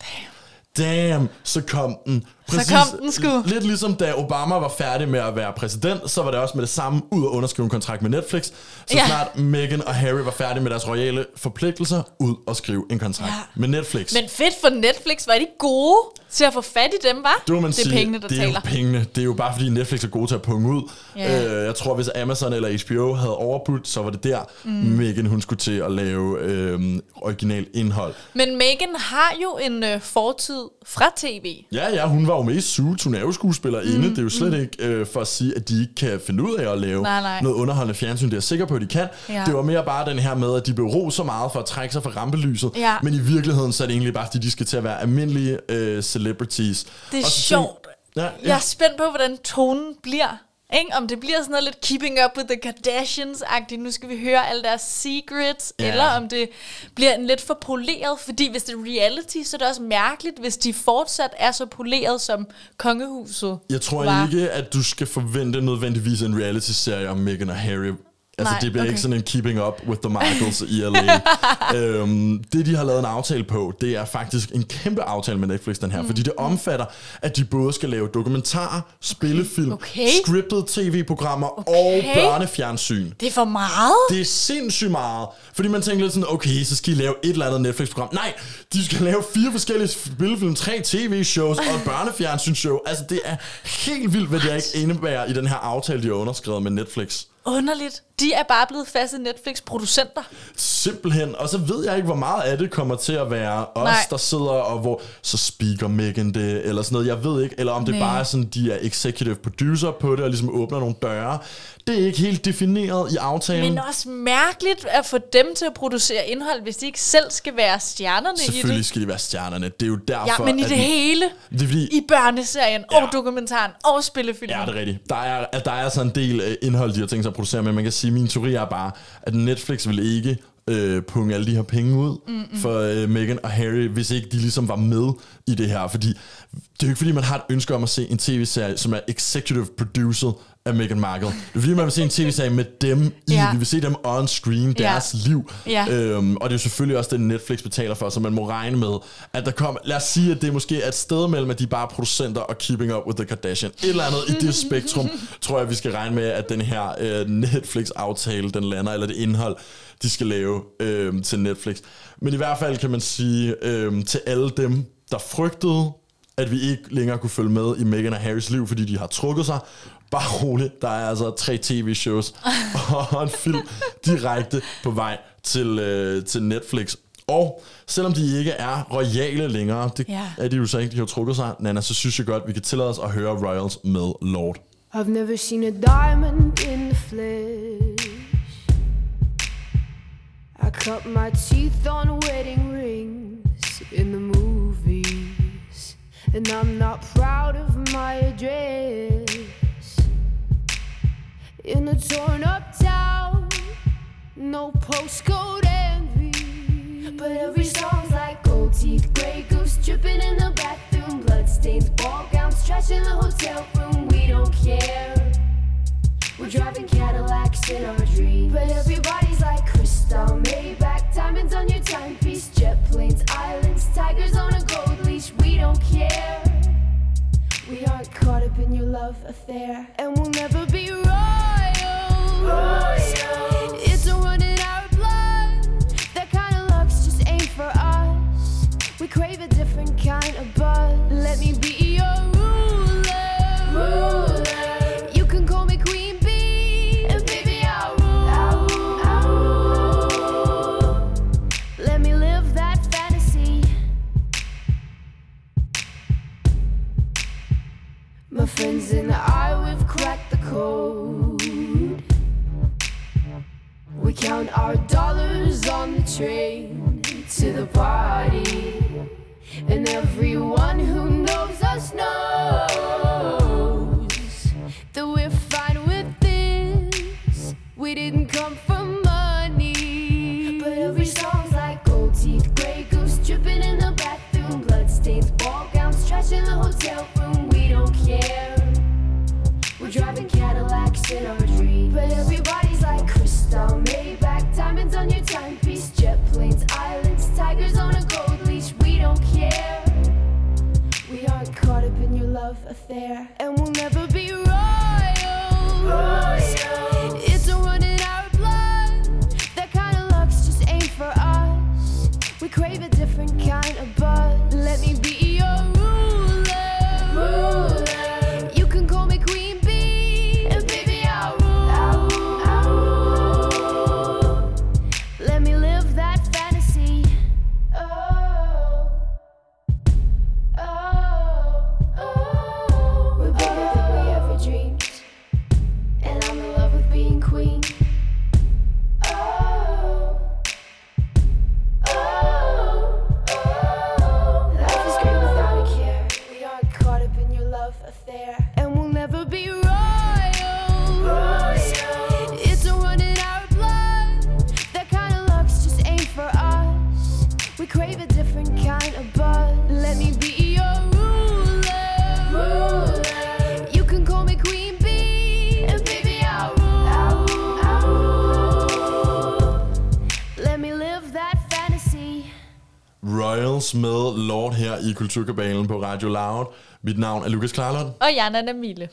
Damn, så kom den. Præcis, så kom den sgu. Lidt ligesom da Obama var færdig med at være præsident, så var det også med det samme ud at underskrive en kontrakt med Netflix. Så snart Meghan og Harry var færdige med deres royale forpligtelser, ud og skrive en kontrakt med Netflix. Men fedt for Netflix, var de gode til at få fat i dem, var? Det er pengene, der taler. Det er jo pengene. Det er jo bare fordi Netflix er gode til at punge ud. Jeg tror, hvis Amazon eller HBO havde overbudt, så var det der, Meghan hun skulle til at lave original indhold. Men Meghan har jo en fortid fra tv. Ja, hun var jo med i Suits. Hun er jo skuespillerinde. Det er jo slet ikke for at sige, at de ikke kan finde ud af at lave noget underholdende fjernsyn. Det er jeg sikker på, at de kan. Ja. Det var mere bare den her med, at de blev rost så meget for at trække sig fra rampelyset. Ja. Men i virkeligheden så er det egentlig bare, fordi de skal til at være almindelige celebrities. Det er sjovt. Jeg er spændt på, hvordan tonen bliver. Ikke? Om det bliver sådan noget lidt Keeping Up with the Kardashians-agtigt, nu skal vi høre alle deres secrets, eller om det bliver en lidt for poleret, fordi hvis det er reality, så er det også mærkeligt, hvis de fortsat er så poleret som kongehuset. Jeg tror ikke, at du skal forvente nødvendigvis en reality-serie om Meghan og Harry. Altså, det bliver ikke sådan en Keeping Up with the Markles i LA. Det, de har lavet en aftale på, det er faktisk en kæmpe aftale med Netflix, den her. Fordi det omfatter, at de både skal lave dokumentarer, spillefilm, scripted tv-programmer og børnefjernsyn. Det er for meget. Det er sindssygt meget. Fordi man tænker lidt sådan, okay, så skal I lave et eller andet Netflix-program. Nej, de skal lave 4 forskellige spillefilm, 3 tv-shows og et børnefjernsynsshow. Altså, det er helt vildt, hvad det ikke indebærer i den her aftale, de har underskrevet med Netflix. Underligt. De er bare blevet faste Netflix-producenter. Simpelthen. Og så ved jeg ikke, hvor meget af det kommer til at være os, der sidder og hvor så speaker Meghan det, eller sådan noget. Jeg ved ikke. Eller om det bare er sådan, de er executive producer på det, og ligesom åbner nogle døre. Det er ikke helt defineret i aftalen. Men også mærkeligt at få dem til at producere indhold, hvis de ikke selv skal være stjernerne i det. Selvfølgelig skal de være stjernerne. Det er jo derfor, ja, men i det hele. Det er fordi, i børneserien og dokumentaren og spillefilmen. Ja, det er rigtigt. Der er sådan en del indhold, de har tænkt sig at producere, men man kan sige, at min teori er bare, at Netflix vil ikke punge alle de her penge ud for Meghan og Harry, hvis ikke de ligesom var med i det her. Fordi det er jo ikke fordi, man har et ønske om at se en tv-serie, som er executive produced af Meghan Markle. Det er fordi, man vil se en tv-serie med dem i. Vi vil se dem on screen, deres liv. Og det er jo selvfølgelig også det, Netflix betaler for, så man må regne med, at der kommer... Lad os sige, at det måske er et sted mellem, at de bare er producenter og Keeping Up with the Kardashian. Et eller andet i det spektrum, tror jeg, vi skal regne med, at den her Netflix-aftale, den lander, eller det indhold, de skal lave til Netflix. Men i hvert fald kan man sige til alle dem, der frygtede, at vi ikke længere kunne følge med i Meghan og Harrys liv, fordi de har trukket sig. Bare roligt, der er altså 3 tv-shows og en film direkte på vej til Netflix. Og selvom de ikke er royale længere, det er de jo så ikke, de har trukket sig, Nana, så synes jeg godt, vi kan tillade os at høre Royals med Lord. I've never seen a diamond in the flesh. I cut my teeth on wedding rings in the movies, and I'm not proud of my address. In a torn up town, no postcode envy, but every song's like gold teeth, grey goose dripping in the bathroom, bloodstains, ball gowns, trash in the hotel room. We don't care. We're driving Cadillacs in our dreams, but everybody's like crystal, Maybach, diamonds on your timepiece, jet planes, islands, tigers on a gold leash. We don't care. We aren't caught up in your love affair, and we'll never be royals. It's a run in our blood. That kind of luck's just ain't for us. We crave a different kind of buzz. Let me be your ruler. You can call me Queen Bee, and baby I'll rule. Let me live that fantasy. My friends and I, we've cracked the code. We count our dollars on the train to the party, and everyone who knows us knows that we're fine with this. We didn't come for money, but every song's like gold teeth, grey goose dripping in the bathroom, bloodstains, ball gowns, trash in the hotel room. We don't care. We're driving Cadillacs in our dreams, but everybody's like crystal, Maybach, diamonds on your timepiece, jet planes, islands, tigers on a gold leash. We don't care. We aren't caught up in your love affair, and we'll never be royals. It's a run in our blood. That kind of luck's just ain't for us. We crave a different kind of buzz. Let me be your ruler. You can call me Queen Bee, and baby I'll rule. Let me live that fantasy. We're bigger than we ever dreamed, and I'm in love with being queen. Life is great without a care. We aren't caught up in your love affair, and we'll never be royals. It's a run in our blood. That kind of luck's just ain't for us. We crave a different kind of buzz. Let me be your ruler. You can call me Queen Bee, and baby I'll rule. Let me live that fantasy. Royals med Lord her i Kulturkabalen på Radio Loud. Mit navn er Lukas Klarlund. Og Jana Namile.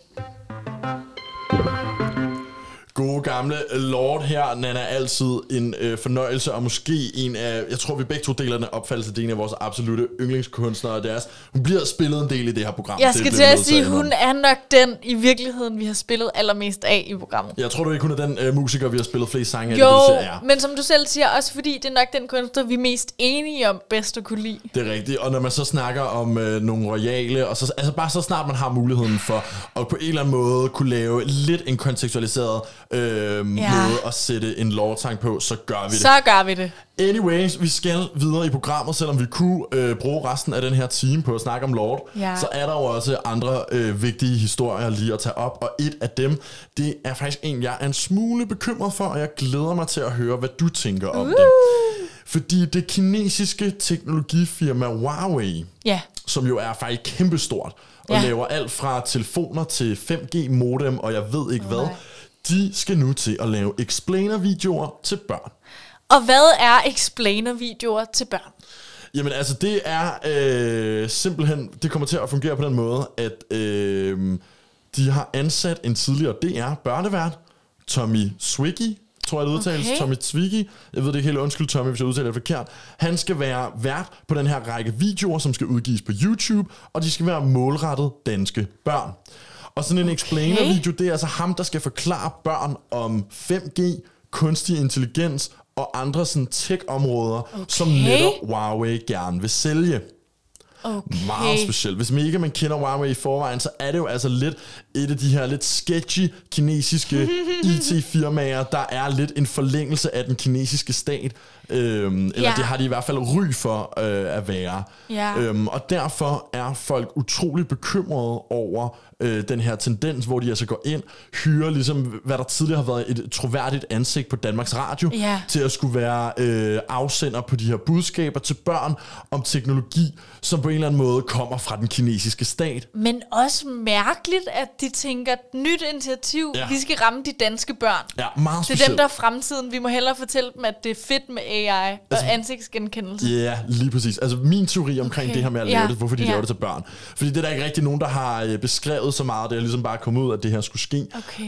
Gode gamle Lord her, Nana, er altid en fornøjelse, og måske en af, jeg tror vi begge to deler den opfattelse, det er en af vores absolutte yndlingskunstnere, og deres. Hun bliver spillet en del i det her program. Jeg skal til at sige, hun er nok den i virkeligheden, vi har spillet allermest af i programmet. Jeg tror du ikke, hun er den musiker, vi har spillet flest sange af? Jo, det er. men som du selv siger, også fordi det er nok den kunstner, vi er mest enige om bedst at kunne lide. Det er rigtigt, og når man så snakker om nogle royale, og så, altså bare så snart man har muligheden for at på en eller anden måde kunne lave lidt en kontekstualiseret måde at sætte en lovsang på, så gør vi det. Så gør vi det. Anyways, vi skal videre i programmet, selvom vi kunne bruge resten af den her time på at snakke om Lord, så er der jo også andre vigtige historier lige at tage op, og et af dem, det er faktisk en, jeg er en smule bekymret for, og jeg glæder mig til at høre, hvad du tænker om det. Fordi det kinesiske teknologifirma Huawei som jo er faktisk kæmpestort, og laver alt fra telefoner til 5G modem, og jeg ved ikke hvad. De skal nu til at lave explainer-videoer til børn. Og hvad er explainer-videoer til børn? Jamen altså, det er simpelthen, det kommer til at fungere på den måde, at de har ansat en tidligere DR-børnevært, Tommy Twiggy, tror jeg det udtales, Tommy Twiggy. Jeg ved det ikke helt, undskyld Tommy, hvis jeg udtaler det forkert. Han skal være vært på den her række videoer, som skal udgives på YouTube, og de skal være målrettet danske børn. Og sådan en explainer-video, det er altså ham, der skal forklare børn om 5G, kunstig intelligens og andre sådan tech-områder, som netop Huawei gerne vil sælge. Meget specielt. Hvis man ikke kender Huawei i forvejen, så er det jo altså lidt et af de her lidt sketchy kinesiske IT-firmaer, der er lidt en forlængelse af den kinesiske stat. Eller det har de i hvert fald ry for at være. Og derfor er folk utrolig bekymrede over den her tendens, hvor de altså går ind, hyrer ligesom, hvad der tidligere har været et troværdigt ansigt på Danmarks Radio, til at skulle være afsender på de her budskaber til børn om teknologi, som på en eller anden måde kommer fra den kinesiske stat. Men også mærkeligt, at de tænker, nyt initiativ, vi skal ramme de danske børn. Ja, meget specielt. Det er dem, der er fremtiden. Vi må hellere fortælle dem, at det er fedt med AI og ansigtsgenkendelse. Ja, lige præcis. Altså min teori omkring det her med at lave det, hvorfor de laver det til børn. Fordi det er der ikke rigtig nogen, der har beskrevet så meget, det er ligesom bare kommet ud, at det her skulle ske.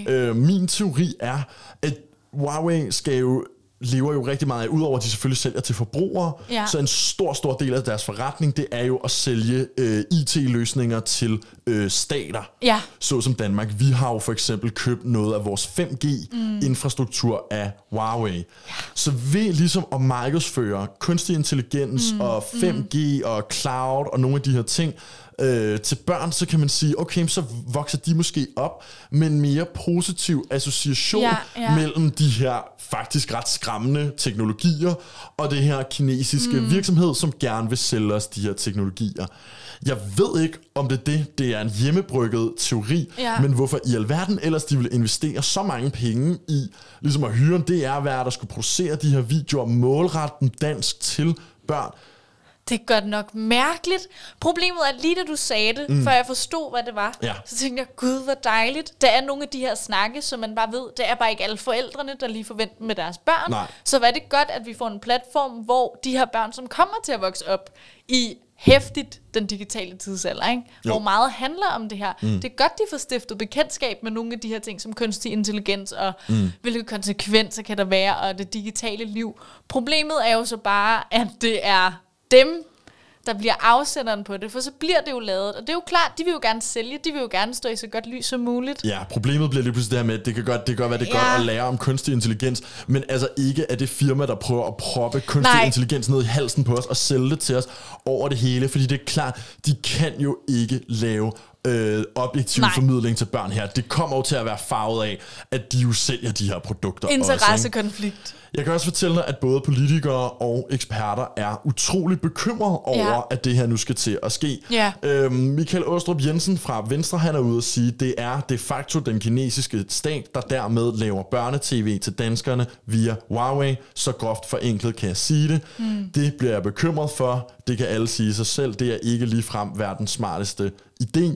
Min teori er, at Huawei lever jo rigtig meget af, udover at de selvfølgelig sælger til forbrugere, så en stor del af deres forretning, det er jo at sælge IT-løsninger til stater, såsom Danmark. Vi har jo for eksempel købt noget af vores 5G-infrastruktur af Huawei. Så ved ligesom at markedsføre kunstig intelligens og 5G og cloud og nogle af de her ting, til børn, så kan man sige, okay, så vokser de måske op med en mere positiv association mellem de her faktisk ret skræmmende teknologier og det her kinesiske virksomhed, som gerne vil sælge os de her teknologier. Jeg ved ikke, om det er en hjemmebrygget teori, men hvorfor i alverden ellers de vil investere så mange penge i ligesom at hyre en DR-vært, der skulle producere de her videoer målrettet dansk til børn. Det er godt nok mærkeligt. Problemet er, lige da du sagde det, før jeg forstod, hvad det var, så tænkte jeg, gud, hvor dejligt. Der er nogle af de her snakke, som man bare ved, det er bare ikke alle forældrene, der lige forventer med deres børn. Så var det godt, at vi får en platform, hvor de her børn, som kommer til at vokse op i hæftigt den digitale tidsalder, ikke? Hvor meget handler om det her. Det er godt, de får stiftet bekendtskab med nogle af de her ting, som kunstig intelligens og hvilke konsekvenser kan der være, og det digitale liv. Problemet er jo så bare, at det er dem, der bliver afsenderen på det, for så bliver det jo lavet. Og det er jo klart, de vil jo gerne sælge, de vil jo gerne stå i så godt lys som muligt. Ja, problemet bliver lige pludselig det her med, at det kan godt være det godt at lære om kunstig intelligens, men altså ikke af det firma, der prøver at proppe kunstig intelligens ned i halsen på os og sælge det til os over det hele, fordi det er klart, de kan jo ikke lave objektiv formidling til børn her. Det kommer jo til at være farvet af, at de jo sælger de her produkter. Interessekonflikt. Jeg kan også fortælle dig, at både politikere og eksperter er utrolig bekymrede over, at det her nu skal til at ske. Michael Aastrup Jensen fra Venstre, han er ude at sige, at det er de facto den kinesiske stat, der dermed laver børnetv til danskerne via Huawei. Så groft forenklet kan jeg sige det. Det bliver jeg bekymret for. Det kan alle sige sig selv. Det er ikke ligefrem verdens smarteste idé.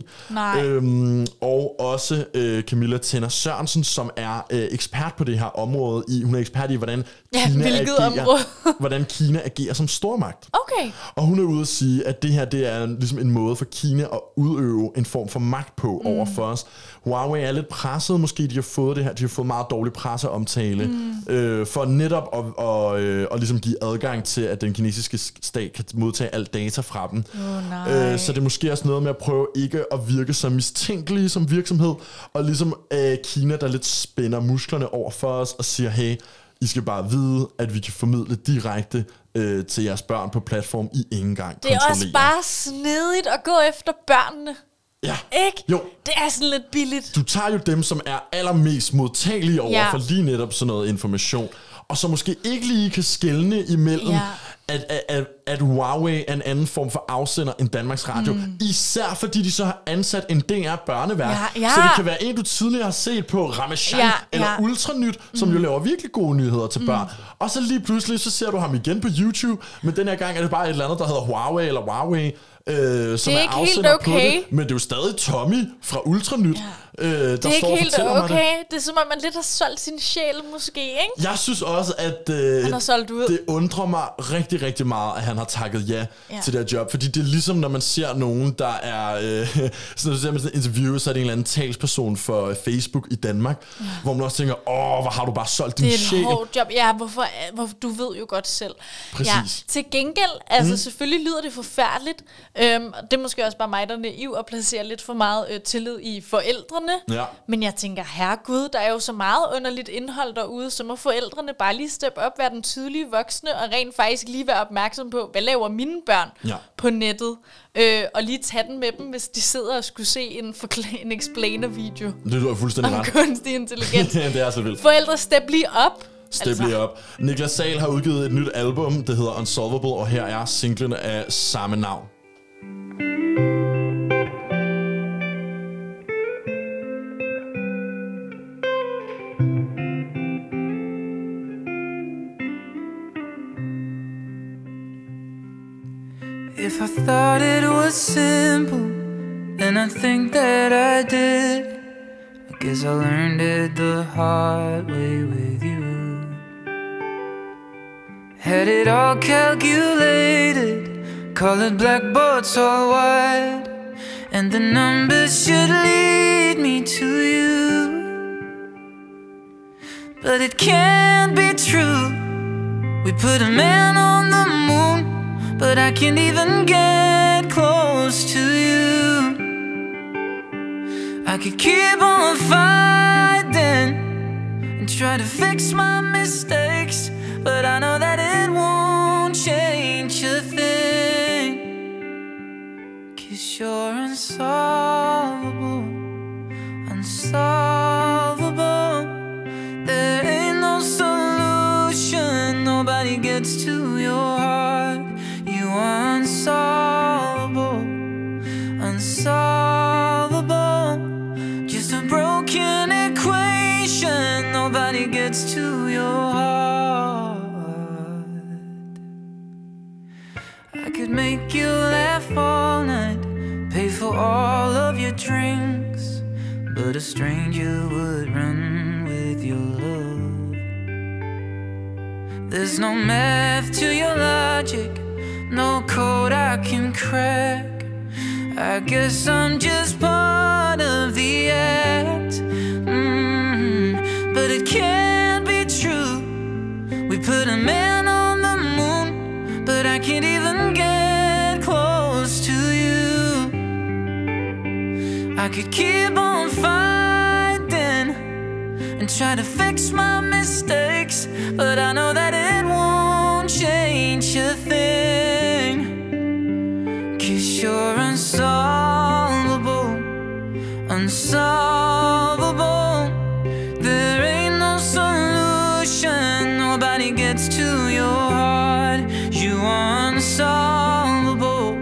Og også Camilla Tenner Sørensen, som er ekspert på det her område. Hun er ekspert i, hvordan Kina agerer som stormagt. Og hun er ude at sige, at det her det er ligesom en måde for Kina at udøve en form for magt på over for os. Huawei er lidt presset, måske de har fået det her, de har fået meget dårlig presseomtale, for netop at ligesom give adgang til, at den kinesiske stat kan modtage alt data fra dem. Så det er måske også noget med at prøve ikke at virke så mistænkelige som virksomhed, og ligesom Kina, der lidt spænder musklerne over for os og siger, hey, I skal bare vide, at vi kan formidle direkte til jeres børn på platform, I ikke engang kontrollerer. Det er også bare snedigt at gå efter børnene. Ja. Ikke? Jo. Det er sådan lidt billigt. Du tager jo dem, som er allermest modtagelige over for lige netop sådan noget information, og så måske ikke lige kan skelne imellem, at Huawei er en anden form for afsender end Danmarks Radio. Især fordi de så har ansat en DR børnevært. Ja. Så det kan være en, du tidligere har set på Ramasjang eller Ultranyt, som jo laver virkelig gode nyheder til børn. Og så lige pludselig, så ser du ham igen på YouTube, men den her gang er det bare et eller andet, der hedder Huawei eller Huawei. Som det er ikke helt afsender okay. på det, men det er jo stadig Tommy fra Ultranyt, der Det er ikke står og helt fortæller mig okay. Det er som om, man lidt har solgt sin sjæl, måske, ikke? Jeg synes også, at Han har solgt ud. det undrer mig rigtig, rigtig meget, at han har takket ja til det her job. Fordi det er ligesom, når man ser nogen, der er... så når du ser med sådan en interview, så er det en eller anden talsperson for Facebook i Danmark, hvor man også tænker, hvor har du bare solgt din sjæl. Det er et hårdt job. Ja, hvorfor, du ved jo godt selv. Præcis. Ja, til gengæld, altså selvfølgelig lyder det forfærdeligt. Det er måske også bare mig, der er naiv og placerer lidt for meget tillid i forældrene. Ja. Men jeg tænker, herregud, der er jo så meget underligt indhold derude, så må forældrene bare lige steppe op, være den tydelige voksne, og rent faktisk lige være opmærksom på, hvad laver mine børn på nettet, og lige tage den med dem, hvis de sidder og skulle se en explainer-video Det lyder fuldstændig om ret. kunstig intelligens. Det er så vildt. Forældre, step lige op. Step lige op. Niklas Sahl har udgivet et nyt album, det hedder Unsolvable, og her er singlen af samme navn. If I thought it was simple, then I think that I did. I guess I learned it the hard way with you. Had it all calculated, colored blackboards all white, and the numbers should lead me to you. But it can't be true. We put a man on the moon, but I can't even get close to you. I could keep on fighting and try to fix my mistakes, but I know that it won't change a thing. 'Cause you're unsolvable, unsolvable. There ain't no solution, nobody gets to your heart. You are unsolvable, unsolvable. Just a broken equation, nobody gets to your heart. I could make you laugh all night, pay for all of your drinks, but a stranger would run with your love. There's no math to your logic, no code I can crack. I guess I'm just part of the act. But it can't be true. We put a man on the moon, but I can't even get close to you. I could keep on fighting and try to fix my mistakes, but I know that it won't change a thing. 'Cause you're unsolvable, unsolvable. There ain't no solution, nobody gets to your heart. You are unsolvable,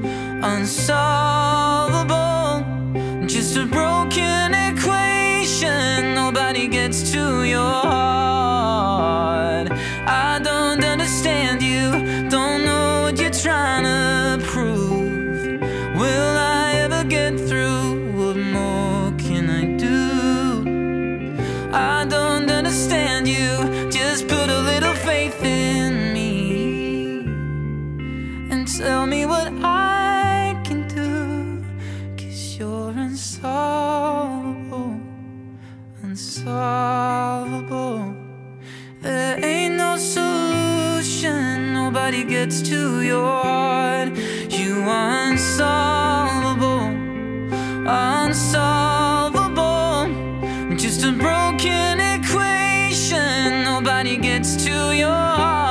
unsolvable. Just a broken equation, nobody gets to your heart. I don't understand you, don't know what you're trying to prove. Will I ever get through? What more can I do? I don't understand you, just put a little faith in me and tell me what I can do. 'Cause you're unsolvable, unsolvable. There ain't no solution, nobody gets to your heart. You are unsolvable, unsolvable. Just a broken equation, nobody gets to your heart.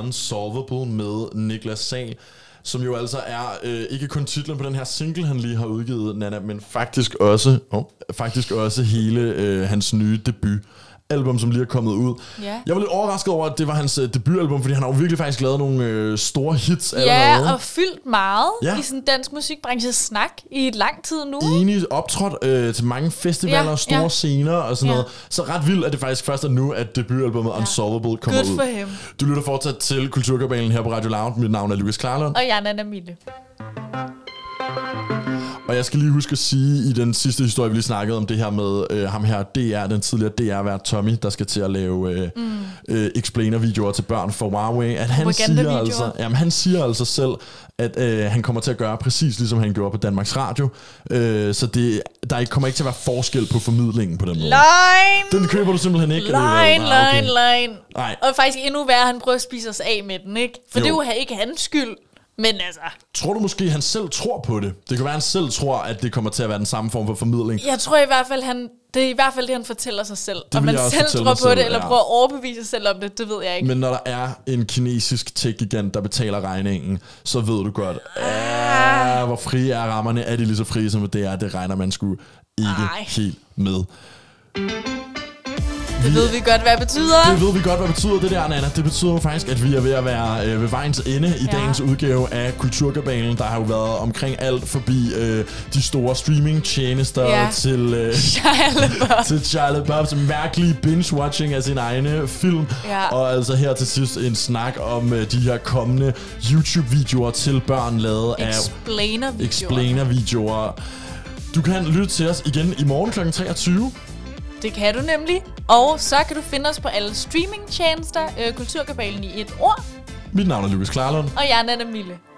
Unsolvable med Niklas Sahl, som jo altså er ikke kun titlen på den her single, han lige har udgivet, Nana, men faktisk også hele hans nye debutalbum, som lige er kommet ud. Ja. Jeg var lidt overrasket over, at det var hans debutalbum, fordi han har jo virkelig faktisk lavet nogle store hits allerede. Ja, og fyldt meget i sådan dansk musikbranche snak i lang tid nu. Enig optrådt til mange festivaler, store scener og sådan noget. Så ret vildt, at det faktisk først er nu, at debutalbummet Unsolvable kommer ud. Good for him. Du lytter fortsat til Kulturkabalen her på Radio Loud. Mit navn er Lukas Klarlund. Og jeg er Nana Mille. Og jeg skal lige huske at sige i den sidste historie, vi lige snakkede om det her med ham her, den tidligere DR-vært Tommy, der skal til at lave explainer-videoer til børn for Huawei, at han siger altså selv, at han kommer til at gøre præcis ligesom han gjorde på Danmarks Radio, så der kommer ikke til at være forskel på formidlingen på den måde. Løgn! Den køber du simpelthen ikke? Løgn. Nej. Og faktisk endnu værre, han prøver at spise os af med den, ikke? For det er jo ikke hans skyld. Men altså... Tror du måske, han selv tror på det? Det kan være, han selv tror, at det kommer til at være den samme form for formidling. Jeg tror i hvert fald, det er i hvert fald det, han fortæller sig selv. Om man selv tror på det, eller prøver at overbevise sig selv om det, det ved jeg ikke. Men når der er en kinesisk tech-gigant, der betaler regningen, så ved du godt, hvor frie er rammerne. Er de lige så frie, som det er? Det regner man sgu ikke helt med. Det ved vi godt, hvad det betyder. Det ved vi godt, hvad det betyder, det der, Nana. Det betyder jo faktisk, at vi er ved at være ved vejens ende i dagens udgave af Kulturkabalen. Der har jo været omkring alt forbi de store streamingtjenester til Shia LaBeouf, til mærkelig binge-watching af sine egne film. Ja. Og altså her til sidst en snak om de her kommende YouTube-videoer til børn lavet af explainer-videoer. Du kan lytte til os igen i morgen kl. 23. Det kan du nemlig. Og så kan du finde os på alle streamingtjenester. Kulturkabalen i et ord. Mit navn er Lukas Klarlund. Og jeg er Nana Mille.